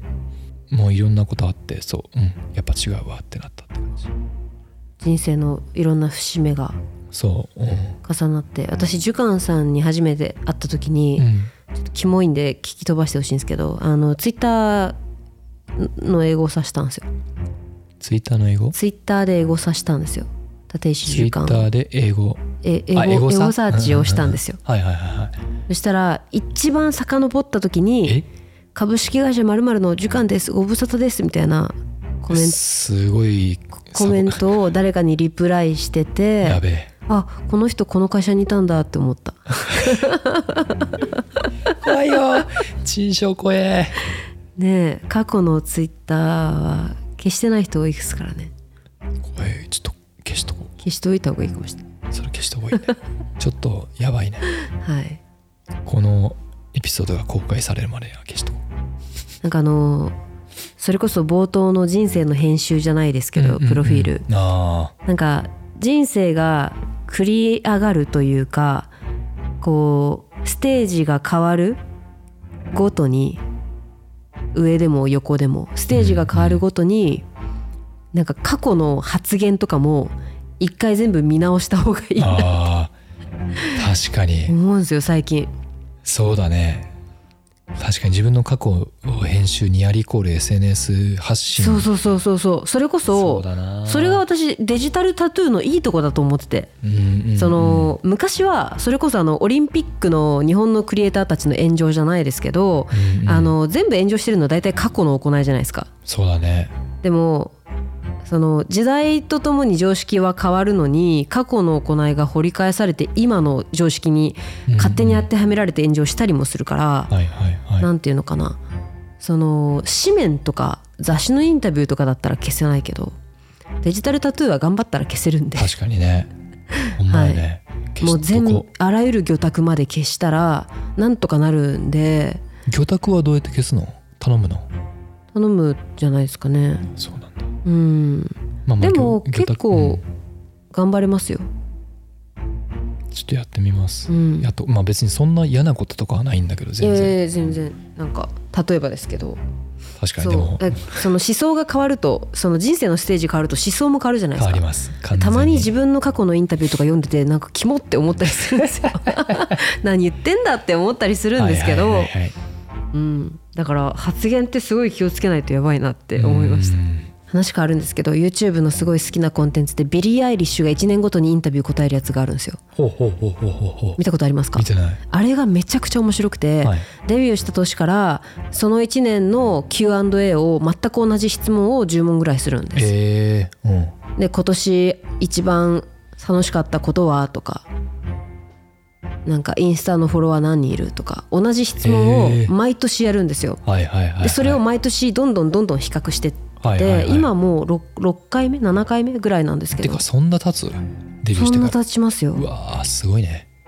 はい、もういろんなことあって、そう、うん、やっぱ違うわってなったって感じ。 人生のいろんな節目がそう、うん、 重なって、私ジュカンさんに初めて会った時に、うん、ちょっとキモいんで聞き飛ばしてほしいんですけど、あのツイッターの英語を指したんですよ。 ツイッターの英語？ ツイッターで英語を指したんですよ。立石樹館。 ツイッターで英語。 え英語英語サーチをしたんですよ。 はいはいはいはい。 そしたら一番遡った時に株式会社〇〇の樹館ですご無沙汰ですみたいなコメントすごいコメントを誰かにリプライしてて、 やべえ、 あこの人この会社にいたんだって思った怖いよ陳情怖えねえ、過去のツイッターは消してない人多いですからね。 怖い、ちょっと消しとこう。 消しておいた方がいいかもしれない。 それ消した方がいいねちょっとやばいね。 はい、 このエピソードが公開されるまでは消しとこう。 なんかあのそれこそ冒頭の人生の編集じゃないですけど、うんうんうん、プロフィール、あなんか人生が繰り上がるというか、こうステージが変わるごとに、上でも横でもステージが変わるごとに、なんか過去の発言とかも一回全部見直した方がいいなってあ確かに思うんですよ最近。 そうだね、確かに自分の過去を編集にやりイコール エスエヌエス 発信。 そうそうそうそうそう、それこそ そ, うだなそれが私デジタルタトゥーのいいとこだと思ってて、うんうんうん、その昔はそれこそあのオリンピックの日本のクリエイターたちの炎上じゃないですけど、うんうん、あの全部炎上してるのは大体過去の行いじゃないですか。 そうだね。 でもその時代とともに常識は変わるのに、過去の行いが掘り返されて今の常識に勝手に当てはめられて炎上したりもするから、うんうんはいはいはい、なんていうのかな、その紙面とか雑誌のインタビューとかだったら消せないけど、デジタルタトゥーは頑張ったら消せるんで。 確かにね、ほんまやね、 はい、もう全部あらゆる魚拓まで消したらなんとかなるんで。 魚拓はどうやって消すの？頼むの？ 頼むじゃないですかね。 そうなんだ。 うん、まあ、まあでも結構頑張れますよ、 うん、ちょっとやってみます、うん、やっと、まあ、別にそんな嫌なこととかはないんだけど全然、 えー、全然なんか例えばですけど、 確かにでもその思想が変わると、その人生のステージ変わると思想も変わるじゃないですか。 変わります。 たまに自分の過去のインタビューとか読んでてなんかキモって思ったりするんですよ何言ってんだって思ったりするんですけど、うん、だから発言ってすごい気をつけないとやばいなって思いました。話変わるんですけど、 YouTube のすごい好きなコンテンツでビリー・アイリッシュがいちねんごとにインタビュー答えるやつがあるんですよ。 ほうほうほうほうほう。 見たことありますか？ 見てない。 あれがめちゃくちゃ面白くて、はい、デビューした年からそのいちねんの キューアンドエー を全く同じ質問をじゅう問ぐらいするんです、 えーうん、で今年一番楽しかったことはとか、なんかインスタのフォロワー何人いるとか、同じ質問を毎年やるんですよ、 はいはいはいはい、 でそれを毎年どんどんどんどん比較してってはいはいはい、今もう 6, ろっかいめななかいめぐらいなんですけど。 てかそんな経つ？デビューしてから。 そんな経ちますよ。 うわーすごいね。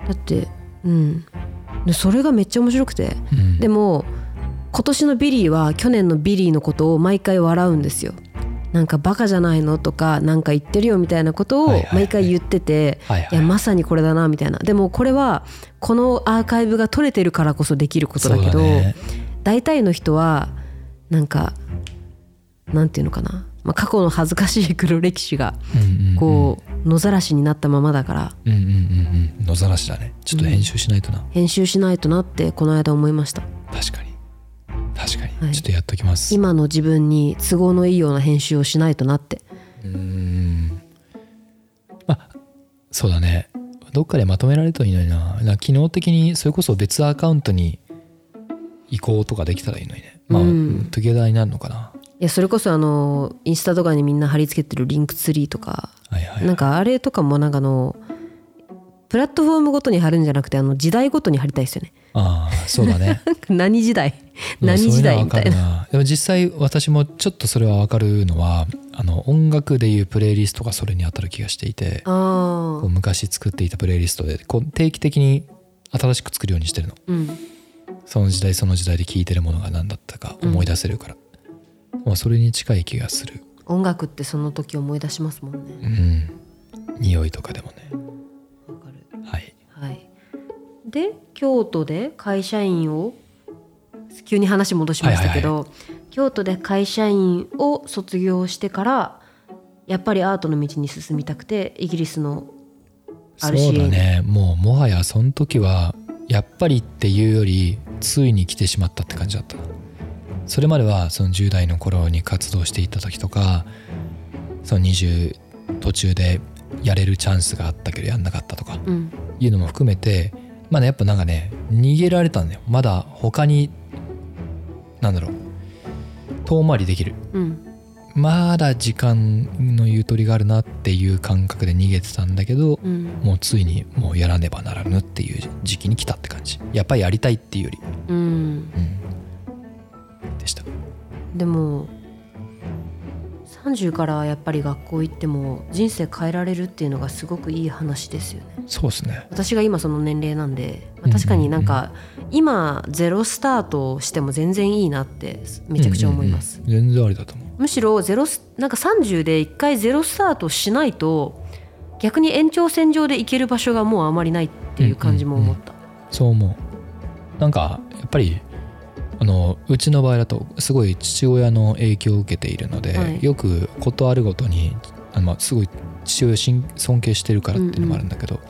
だってうんでそれがめっちゃ面白くて、うん、でも今年のビリーは去年のビリーのことを毎回笑うんですよ。なんかバカじゃないのとかなんか言ってるよみたいなことを毎回言ってて、はいはいはい、いやまさにこれだなみたいな。でもこれはこのアーカイブが取れてるからこそできることだけど、ね、大体の人はなんかなんていうのかな、まあ、過去の恥ずかしい黒歴史がこう野ざらしになったままだから、 うんうんうんうん、野ざらしだね。ちょっと編集しないとな、うん、 編集しないとなってこの間思いました。 確かに確かに、はい、ちょっとやっときます。 今の自分に都合のいいような編集をしないとなって。 うーん、まあそうだね、どっかでまとめられるといいのにな。なんか機能的にそれこそ別アカウントに移行とかできたらいいのにね。まあ、うん、トゥゲダーになるのかな。 いやそれこそあのインスタとかにみんな貼り付けてるリンクツリーとか、はいはいはい、なんかあれとかもなんかあのプラットフォームごとに貼るんじゃなくてあの時代ごとに貼りたいですよね。 ああそうだね何時代何時代みたいな。 でも実際私もちょっとそれは分かるのはあの音楽でいうプレイリストがそれに当たる気がしていて、あこう昔作っていたプレイリストでこう定期的に新しく作るようにしてるの、うん、その時代その時代で聴いてるものが何だったか思い出せるから、うん、まあ、それに近い気がする。 音楽ってその時思い出しますもんね。 うん、匂いとかでもね。 わかる。 はい、 はい、で京都で会社員を急に話戻しましたけど、はいはいはい、京都で会社員を卒業してからやっぱりアートの道に進みたくてイギリスの アールシーエー に。 そうだね、もうもはやその時はやっぱりっていうよりついに来てしまったって感じだった。それまではそのじゅう代の頃に活動していた時とかそのにじゅう途中でやれるチャンスがあったけどやんなかったとかいうのも含めて、まあねやっぱなんかね逃げられたんだよ。まだ他になんだろう遠回りできる、うん、まだ時間のゆとりがあるなっていう感覚で逃げてたんだけど、うん、もうついにもうやらねばならぬっていう時期に来たって感じ。やっぱりやりたいっていうより、うんうん、でした。 でもさんじゅうからやっぱり学校行っても人生変えられるっていうのがすごくいい話ですよね。 そうですね。 私が今その年齢なんで、まあ、確かになんか今ゼロスタートしても全然いいなってめちゃくちゃ思います、 うんうんうん、全然ありだと思う。 むしろゼロなんかさんじゅうで一回ゼロスタートしないと逆に延長線上で行ける場所がもうあまりないっていう感じも思った、 うんうんうん、そう思う。なんかやっぱりあのうちの場合だとすごい父親の影響を受けているので、はい、よくことあるごとにあの、まあ、すごい父親を尊敬してるからっていうのもあるんだけど、うんうん、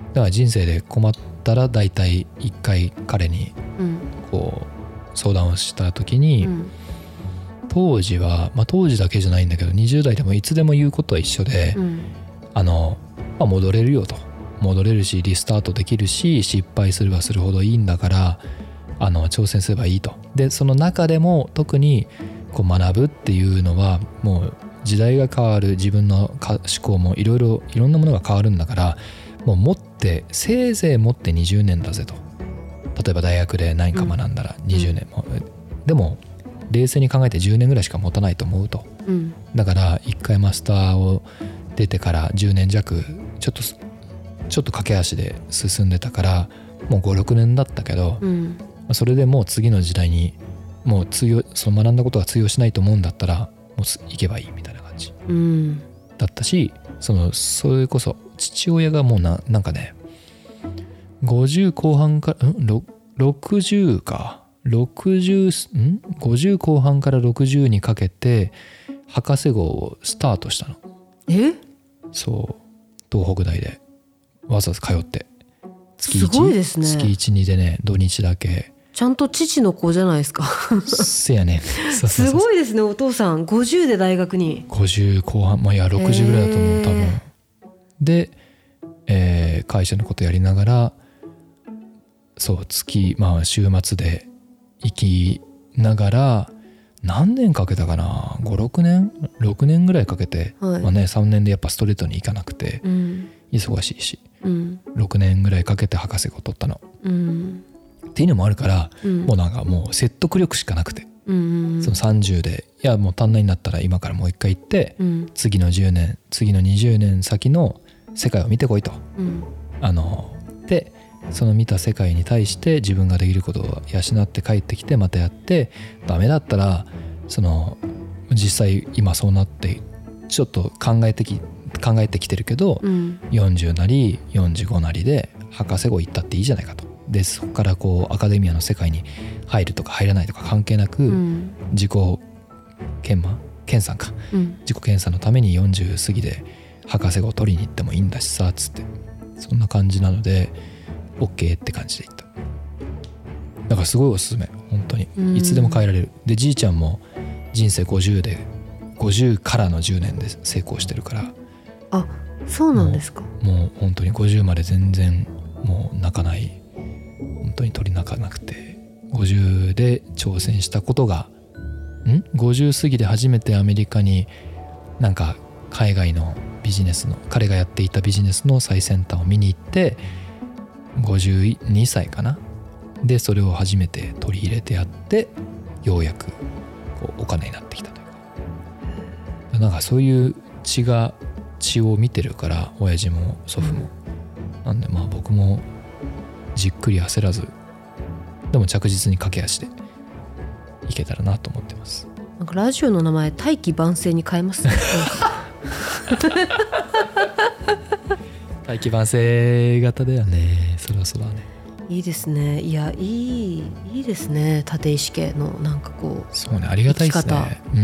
だから人生で困ったら大体一回彼にこう相談をした時に、うん、当時は、まあ、当時だけじゃないんだけどにじゅう代でもいつでも言うことは一緒で、うん、あの、まあ、戻れるよと。戻れるしリスタートできるし失敗すればするほどいいんだからあの挑戦すればいいと。でその中でも特にこう学ぶっていうのはもう時代が変わる自分の思考もいろいろいろんなものが変わるんだからもう持ってせいぜい持ってにじゅうねんだぜと。例えば大学で何か学んだらにじゅうねんも、うん、でも冷静に考えてじゅうねんぐらいしか持たないと思うと、うん、だから一回マスターを出てからじゅうねん弱ちょっとちょっと駆け足で進んでたからもうごろくねんだったけど、うん、それでもう次の時代にもう通用その学んだことが通用しないと思うんだったらもう行けばいいみたいな感じ、うん、だったしそのそれこそ父親がもう な, なんかねごじゅう後半からんろくじゅうかろくじゅうんごじゅう後半からろくじゅうにかけて博士号をスタートしたの。 えそう東北大でわざわざ通って月いちすごいですね。 月いち、にでね土日だけちゃんと父の子じゃないですかせやねんそうそうそうすごいですね。お父さんごじゅうで大学にごじゅう後半まあいやろくじゅうぐらいだと思う多分で、えー、会社のことやりながらそう月まあ週末で行きながら何年かけたかなご、ろくねんろくねんぐらいかけて、はいまあね、さんねんでやっぱストレートに行かなくて、うん、忙しいし、うん、ろくねんぐらいかけて博士号を取ったの、うん、っていうのもあるから、うん、もうなんかもう説得力しかなくて、うん、そのさんじゅうでいやもう足んないんだったら今からもう一回行って、うん、次のじゅうねん次のにじゅうねん先の世界を見てこいと、うん、あのでその見た世界に対して自分ができることを養って帰ってきてまたやって、ダメだったらその実際今そうなってちょっと考えてき考えてきてるけど、うん、よんじゅうなりよんじゅうごなりで博士号行ったっていいじゃないかと。でそこからこうアカデミアの世界に入るとか入らないとか関係なく、うん、自己研磨研鑽か、うん、自己研鑽のためによんじゅう過ぎで博士号取りに行ってもいいんだしさつって、そんな感じなので OK って感じで言った。だからすごいおすすめ本当に、いつでも変えられる。でじいちゃんも人生ごじゅうでごじゅうからのじゅうねんで成功してるから。 あ、そうなんですか。 もう、もう本当にごじゅうまで全然もう泣かない、本当に取り泣かなくて、ごじゅうで挑戦したことがんごじゅう過ぎで初めてアメリカになんか海外のビジネスの彼がやっていたビジネスの最先端を見に行って、ごじゅうにさいかなでそれを初めて取り入れてやって、ようやくこうお金になってきたというか、なんかそういう血が血を見てるから、親父も祖父も、うん、なんでまあ僕もじっくり焦らずでも着実に駆け足でいけたらなと思ってます。 なんかラジオの名前大器晩成に変えますね。 大器晩成型だよね、そろそろはね。 いいですね。いやいいいいですね、立石家のなんかこうそうね、ありがたいですね。うん、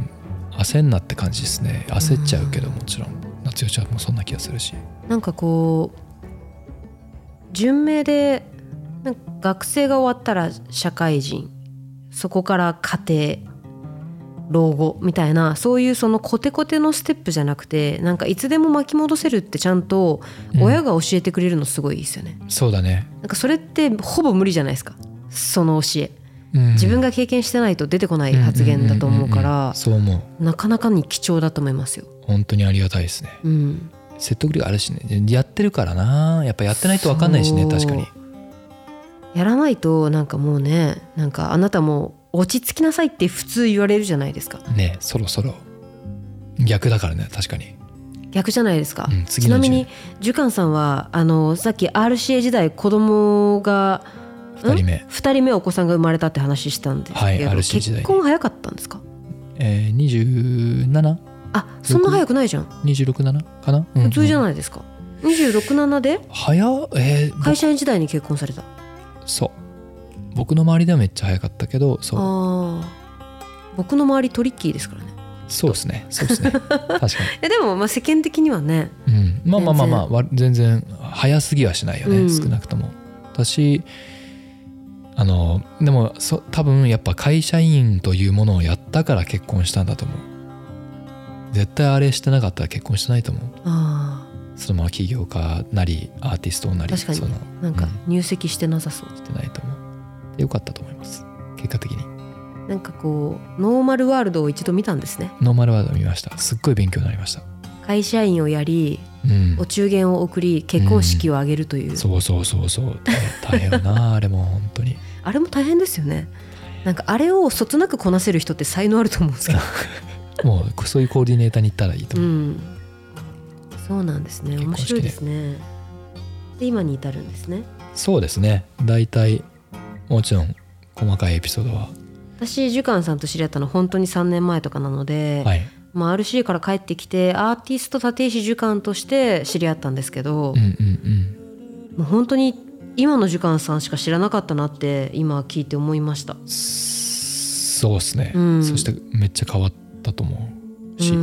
焦んなって感じですね。焦っちゃうけど、もちろん夏代ちゃんもそんな気がするし、 なんかこう順命でなんか学生が終わったら社会人、そこから家庭、老後みたいな、そういうそのコテコテのステップじゃなくて、なんかいつでも巻き戻せるってちゃんと親が教えてくれるのすごいいいですよね、 うん、そうだね。 なんかそれってほぼ無理じゃないですか、その教え、うん、自分が経験してないと出てこない発言だと思うから、 そう思う。 なかなかに貴重だと思いますよ。 本当にありがたいですね、 うん、 説得力あるしね。やってるからな、やっぱやってないと分かんないしね。確かにやらないとなんかもうね、なんかあなたも落ち着きなさいって普通言われるじゃないですかね。そろそろ逆だからね。確かに逆じゃないですか、うん、 次のちなみにジュカンさんはあのさっき アールシーエー 時代子供がふたりめふたりめお子さんが生まれたって話したんですけど、はい、アールシー 時代に結婚早かったんですか？ えー、にじゅうなな？ あ、そんな早くないじゃん。 にじゅうろく、ななかな、 普通じゃないですか、うんうん、にじゅうろく、ななで早、えー、 会社員時代に結婚された。 そう、僕の周りではめっちゃ早かったけど、そう、 あ、僕の周りトリッキーですからね。 そうですね、そうですね確かにえでもまあ世間的にはね、 うん、まあまあまあまあ全然早すぎはしないよね、うん、少なくとも。私あのでもそ多分やっぱ会社員というものをやったから結婚したんだと思う。絶対あれしてなかったら結婚してないと思う。 あ、 そのまま起業家なりアーティストなり、 確かにそのなんか入籍してなさそう、 うん、してないと思う。よかったと思います、結果的に。 なんかこうノーマルワールドを一度見たんですね。 ノーマルワールド見ました。すっごい勉強になりました。 会社員をやり、うん、お中元を送り結婚式を挙げるという、うん、そうそうそうそう、大変よなあれも本当にあれも大変ですよね。なんかあれをそつなくこなせる人って才能あると思うんですけどもうそういうコーディネーターに行ったらいいと思う、うん、 そうなんですね。面白いですね。で今に至るんですね。 そうですね。だいたいもちろん細かいエピソードは、 私ジュカンさんと知り合ったの本当にさんねんまえとかなので、はい、まあ、アールシー から帰ってきてアーティスト立石ジュカンとして知り合ったんですけど、うんうんうん、もう本当に今のジュカンさんしか知らなかったなって今聞いて思いました。 そうですね、うん、そしてめっちゃ変わったと思うし、うん、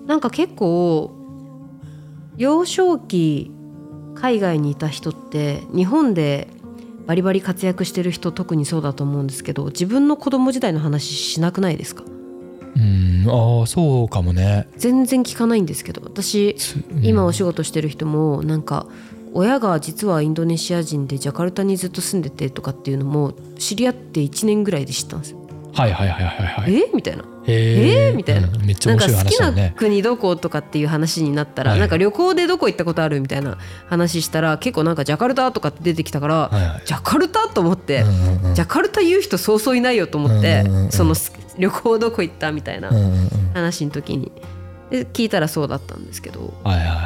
なんか結構幼少期海外にいた人って日本でバリバリ活躍してる人特にそうだと思うんですけど、自分の子供時代の話しなくないですか？ うん、ああそうかもね。 全然聞かないんですけど、私、うん、今お仕事してる人もなんか親が実はインドネシア人でジャカルタにずっと住んでてとかっていうのも知り合っていちねんぐらいで知ったんですよ。 はいはいはいはいはい。 えみたいな。 えー、みたいな、 うん、めっちゃ面白い話だね。 なんか好きな国どことかっていう話になったら、はい、なんか旅行でどこ行ったことあるみたいな話したら結構なんかジャカルタとかって出てきたから、はいはい、ジャカルタと思って、うんうんうん、ジャカルタ言う人そうそういないよと思って、うんうんうん、その旅行どこ行ったみたいな話の時にで聞いたらそうだったんですけど、 はいはいはい、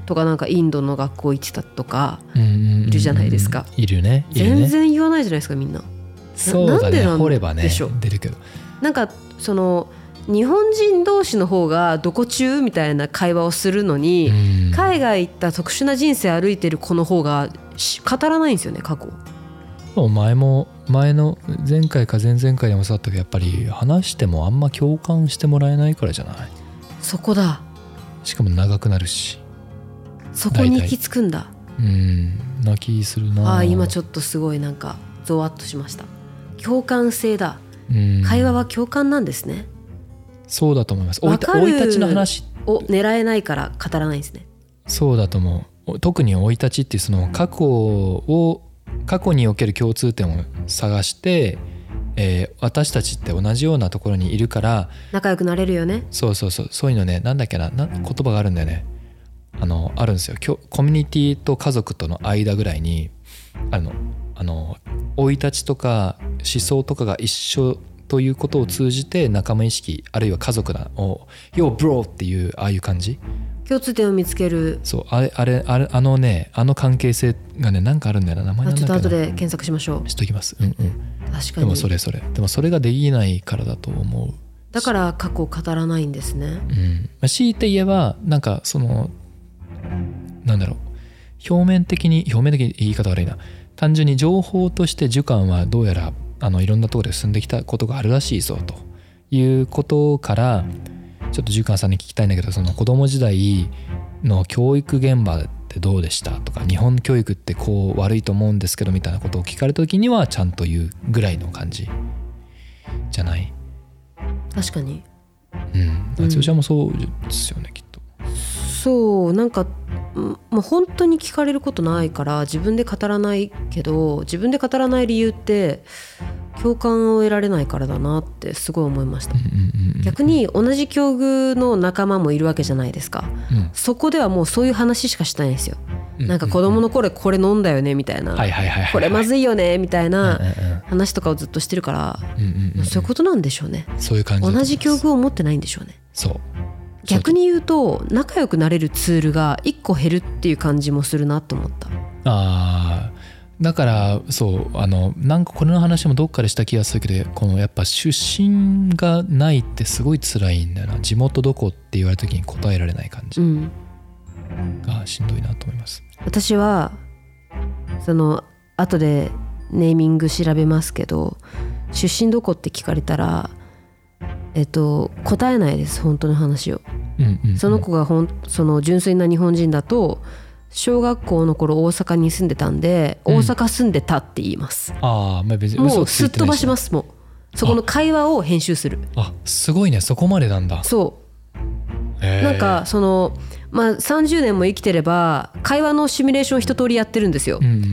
とかなんかインドの学校行ってたとかいるじゃないですか、 いるね、いるね。 全然言わないじゃないですかみんな。 そうだね、 なんでなん掘ればねでしょう。 出るけど、 なんかその日本人同士の方がどこ中みたいな会話をするのに、うん、海外行った特殊な人生歩いてる子の方が語らないんですよね、過去。 お前も前の前回か前々回でもそうだったけど、やっぱり話してもあんま共感してもらえないからじゃない。 そこだ。 しかも長くなるし、 そこに行き着くんだ。 うんな気するな。 あ、今ちょっとすごいなんかゾワッとしました。共感性だ。うん会話は共感なんですね。 そうだと思います。生い立ちの話を狙えないから語らないんですね。 そうだと思う。特に生い立ちっていうその過去を過去における共通点を探して、えー、私たちって同じようなところにいるから仲良くなれるよね。 そうそうそう、そういうのね、なんだっけな、な言葉があるんだよね。あのあるんですよ。コミュニティと家族との間ぐらいにあのあの生い立ちとか思想とかが一緒ということを通じて仲間意識あるいは家族だを「Yo bro」っていうああいう感じ、 共通点を見つける。そうあれあれあれあのねあの関係性がねなんかあるんだよな。名前なんだっけな。 ちょっと後で検索しましょう。 しときます。うんうん。 確かに。 でもそれそれでもそれができないからだと思う。 だから過去を語らないんですね。 うん。まあ、強いて言えばなんかそのなんだろう、表面的に表面的に言い方悪いな。単純に情報として儒漢はどうやらあのいろんなところで進んできたことがあるらしいぞということから、ちょっと儒漢さんに聞きたいんだけど、その子供時代の教育現場ってどうでしたとか、日本教育ってこう悪いと思うんですけどみたいなことを聞かれた時にはちゃんと言うぐらいの感じじゃない？ 確かに。 うん。剛ちゃんもそうですよね、きっと。 そうなんかもう本当に聞かれることないから自分で語らないけど、自分で語らない理由って共感を得られないからだなってすごい思いました。逆に同じ境遇の仲間もいるわけじゃないですか、うん、そこではもうそういう話しかしてないんですよ、うん、なんか子供の頃これ飲んだよねみたいな、これまずいよねみたいな話とかをずっとしてるから、そういうことなんでしょうね。 そういう感じ。 同じ境遇を持ってないんでしょうね。 そう逆に言うと仲良くなれるツールがいっこ減るっていう感じもするなと思った。 あだからそうあのなんかこれの話もどっかでした気がするけど、このやっぱ出身がないってすごい辛いんだよな。地元どこって言われた時に答えられない感じがしんどいなと思います、 うん、私はその後でネーミング調べますけど、出身どこって聞かれたらえっと、答えないです、本当の話を、うんうんうん、その子がほんその純粋な日本人だと小学校の頃大阪に住んでたんで、うん、大阪住んでたって言います、 あ、まあ、別にもうすっ飛ばします。もうそこの会話を編集する。 あ、すごいね、そこまでなんだ。 そうなんかその、まあ、さんじゅうねんも生きてれば会話のシミュレーション一通りやってるんですよ、うんうんうん、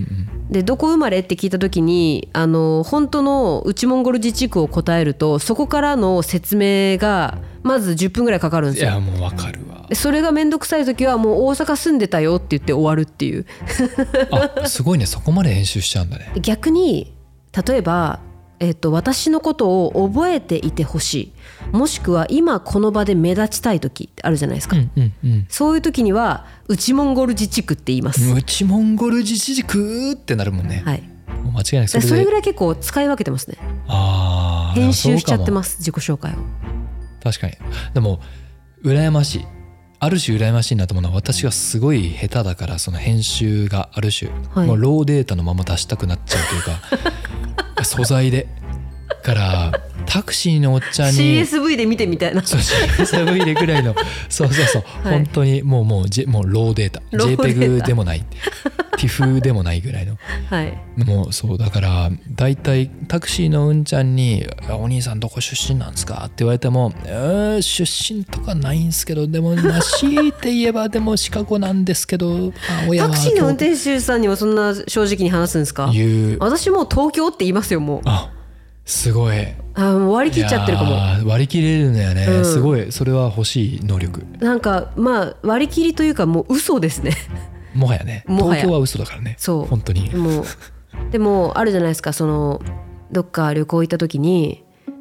でどこ生まれって聞いた時にあの本当の内モンゴル自治区を答えるとそこからの説明がまずじゅっぷんぐらいかかるんですよ。 いやもうわかるわ。 でそれがめんどくさい時はもう大阪住んでたよって言って終わるっていうあ、すごいね、そこまで編集しちゃうんだね。 逆に例えばえっと、私のことを覚えていてほしい、もしくは今この場で目立ちたい時ってあるじゃないですか、うんうんうん、そういう時には内モンゴル自治区って言います。 内モンゴル自治区ってなるもんね。 はい、 もう間違いない。それでそれぐらい結構使い分けてますね。 あ、 編集しちゃってます、自己紹介を。 確かに。でも羨ましい、ある種羨ましいなと思うのは、私がすごい下手だから、その編集がある種、はい、もうローデータのまま出したくなっちゃうというか素材でからタクシーのおっちゃんにシーエスブイ で見てみたいな。 そう シーエスブイ でぐらいのそうそうそう、はい、本当にもうもう、J、もうローデータ ジェイペグ でもないティフ でもないぐらいの、はい、もうそうだからだいたいタクシーのうんちゃんにお兄さんどこ出身なんですかって言われても、えー、出身とかないんですけど、でも強いて言えばでもシカゴなんですけど、親はタクシーの運転手さんにもそんな正直に話すんですか？ 言う。 私もう東京って言いますよ。もうあすごい、 あもう割り切っちゃってるかも。 割り切れるんだよね、うん、すごい。それは欲しい能力。なんかまあ割り切りというかもう嘘ですねもはやね、東京は嘘だからね。そう本当に。 もうでもあるじゃないですか、そのどっか旅行行った時に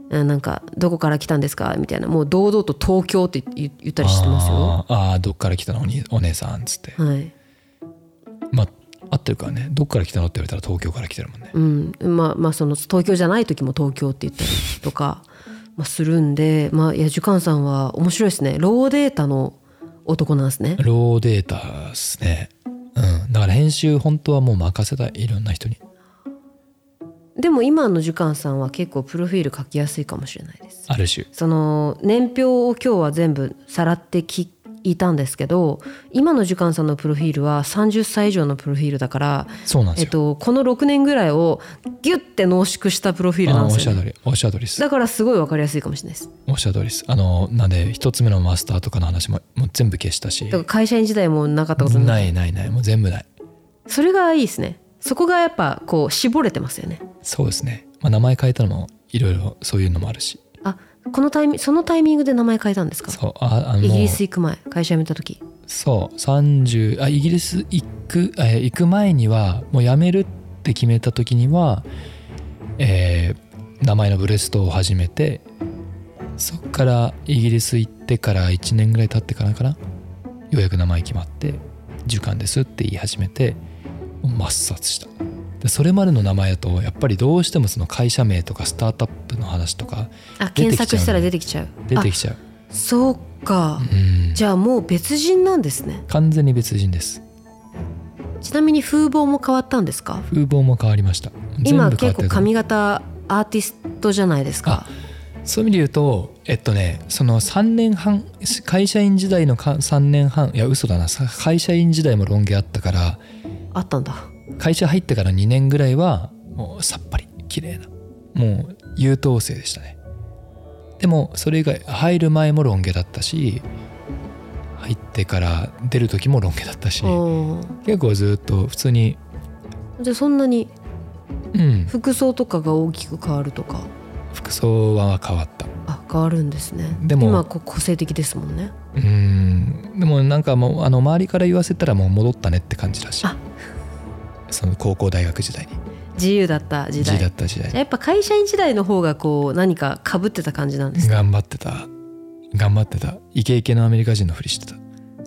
なんかどこから来たんですかみたいな、もう堂々と東京って言ったりしてますよ。 ああ、どっから来たの お, お姉さんっつって、 はい、 まあ合ってるからね。どっから来たのって言われたら東京から来てるもんね。 うん、まあまあその東京じゃない時も東京って言ったりとかまあするんで、まあいやジュカンさんは面白いですね。ローデータの男なんですね。 ローデータですね。うん。だから編集本当はもう任せたい、いろんな人に。 でも今のジュカンさんは結構プロフィール書きやすいかもしれないです。 ある種その年表を今日は全部さらって聞いたんですけど、今のジュカンさんのプロフィールはさんじゅっさい以上のプロフィールだから、 そうなんですよ、 えっと、このろくねんぐらいをギュッて濃縮したプロフィールなんですよね。 あ、おっしゃる通り、おっしゃる通りです。 だからすごい分かりやすいかもしれないです。 おっしゃる通りです。あのなんで一つ目のマスターとかの話ももう全部消したし、 だから会社員時代もなかったことないないない、もう全部ない。 それがいいですね。そこがやっぱこう絞れてますよね。 そうですね、まあ、名前変えたのもいろいろそういうのもあるし。 あ、このタイミそのタイミングで名前変えたんですか？ そう、ああのイギリス行く前、会社辞めた時。 そうさんじゅうあイギリス行くえ行く前にはもう辞めるって決めた時には、えー、名前のブレストを始めて、そっからイギリス行ってからいちねんぐらい経ってからかな、ようやく名前決まってジュカンですって言い始めて抹殺した。でそれまでの名前だとやっぱりどうしてもその会社名とかスタートアップの話とかあ、検索したら出てきちゃう。 出てきちゃう。 そうか、うん、じゃあもう別人なんですね。 完全に別人です。 ちなみに風貌も変わったんですか？ 風貌も変わりました。 今結構髪型アーティストじゃないですか。 そういう意味で言うと、えっとね、そのさんねんはん、会社員時代のさんねんはん、いや嘘だな、会社員時代もロン毛あったから。 あったんだ。 会社入ってからにねんぐらいはもうさっぱり綺麗な、もう優等生でしたね。でもそれ以外入る前もロン毛だったし、入ってから出る時もロン毛だったし、結構ずっと普通に。 じゃあそんなにうん、 服装とかが大きく変わるとか？ 服装は変わった。 あ、変わるんですね。 でも今こう個性的ですもんね。 うーん、でもなんかもうあの周りから言わせたらもう戻ったねって感じだし、あ、その高校大学時代に自由だった時代、 自由だった時代、 やっぱ会社員時代の方がこう何か被ってた感じなんですか？ 頑張ってた頑張ってたイケイケのアメリカ人のふりしてた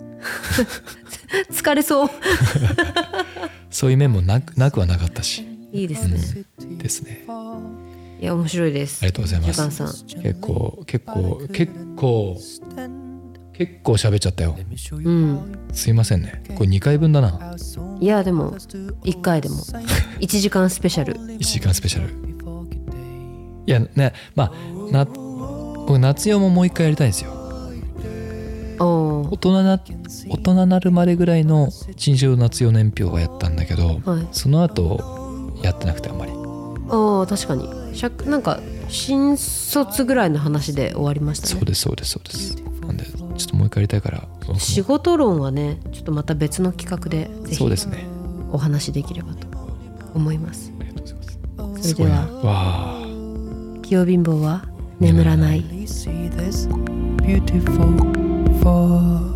疲れそうそういう面もなく、なくはなかったし。 いいですね、 うん、ですね。 いや面白いです。 ありがとうございます。 ジュカンさん結構結構結構結構喋っちゃったよ、 うん、 すいませんね。これにかいぶんだな。 いやでもいっかいでもいちじかんスペシャルいちじかんスペシャル。いやね、まあな僕夏用ももう一回やりたいんですよ。大人な大人なるまでぐらいの新春夏用年表はやったんだけど、はい、その後やってなくてあんまり。 ああ確かになんか新卒ぐらいの話で終わりましたね。 そうですそうですそうです。なんでちょっともう一回やりたいから。 仕事論はねちょっとまた別の企画でぜひお話できればと思います。 ありがとうございます。 それではわ器用貧乏は眠らない。 眠らない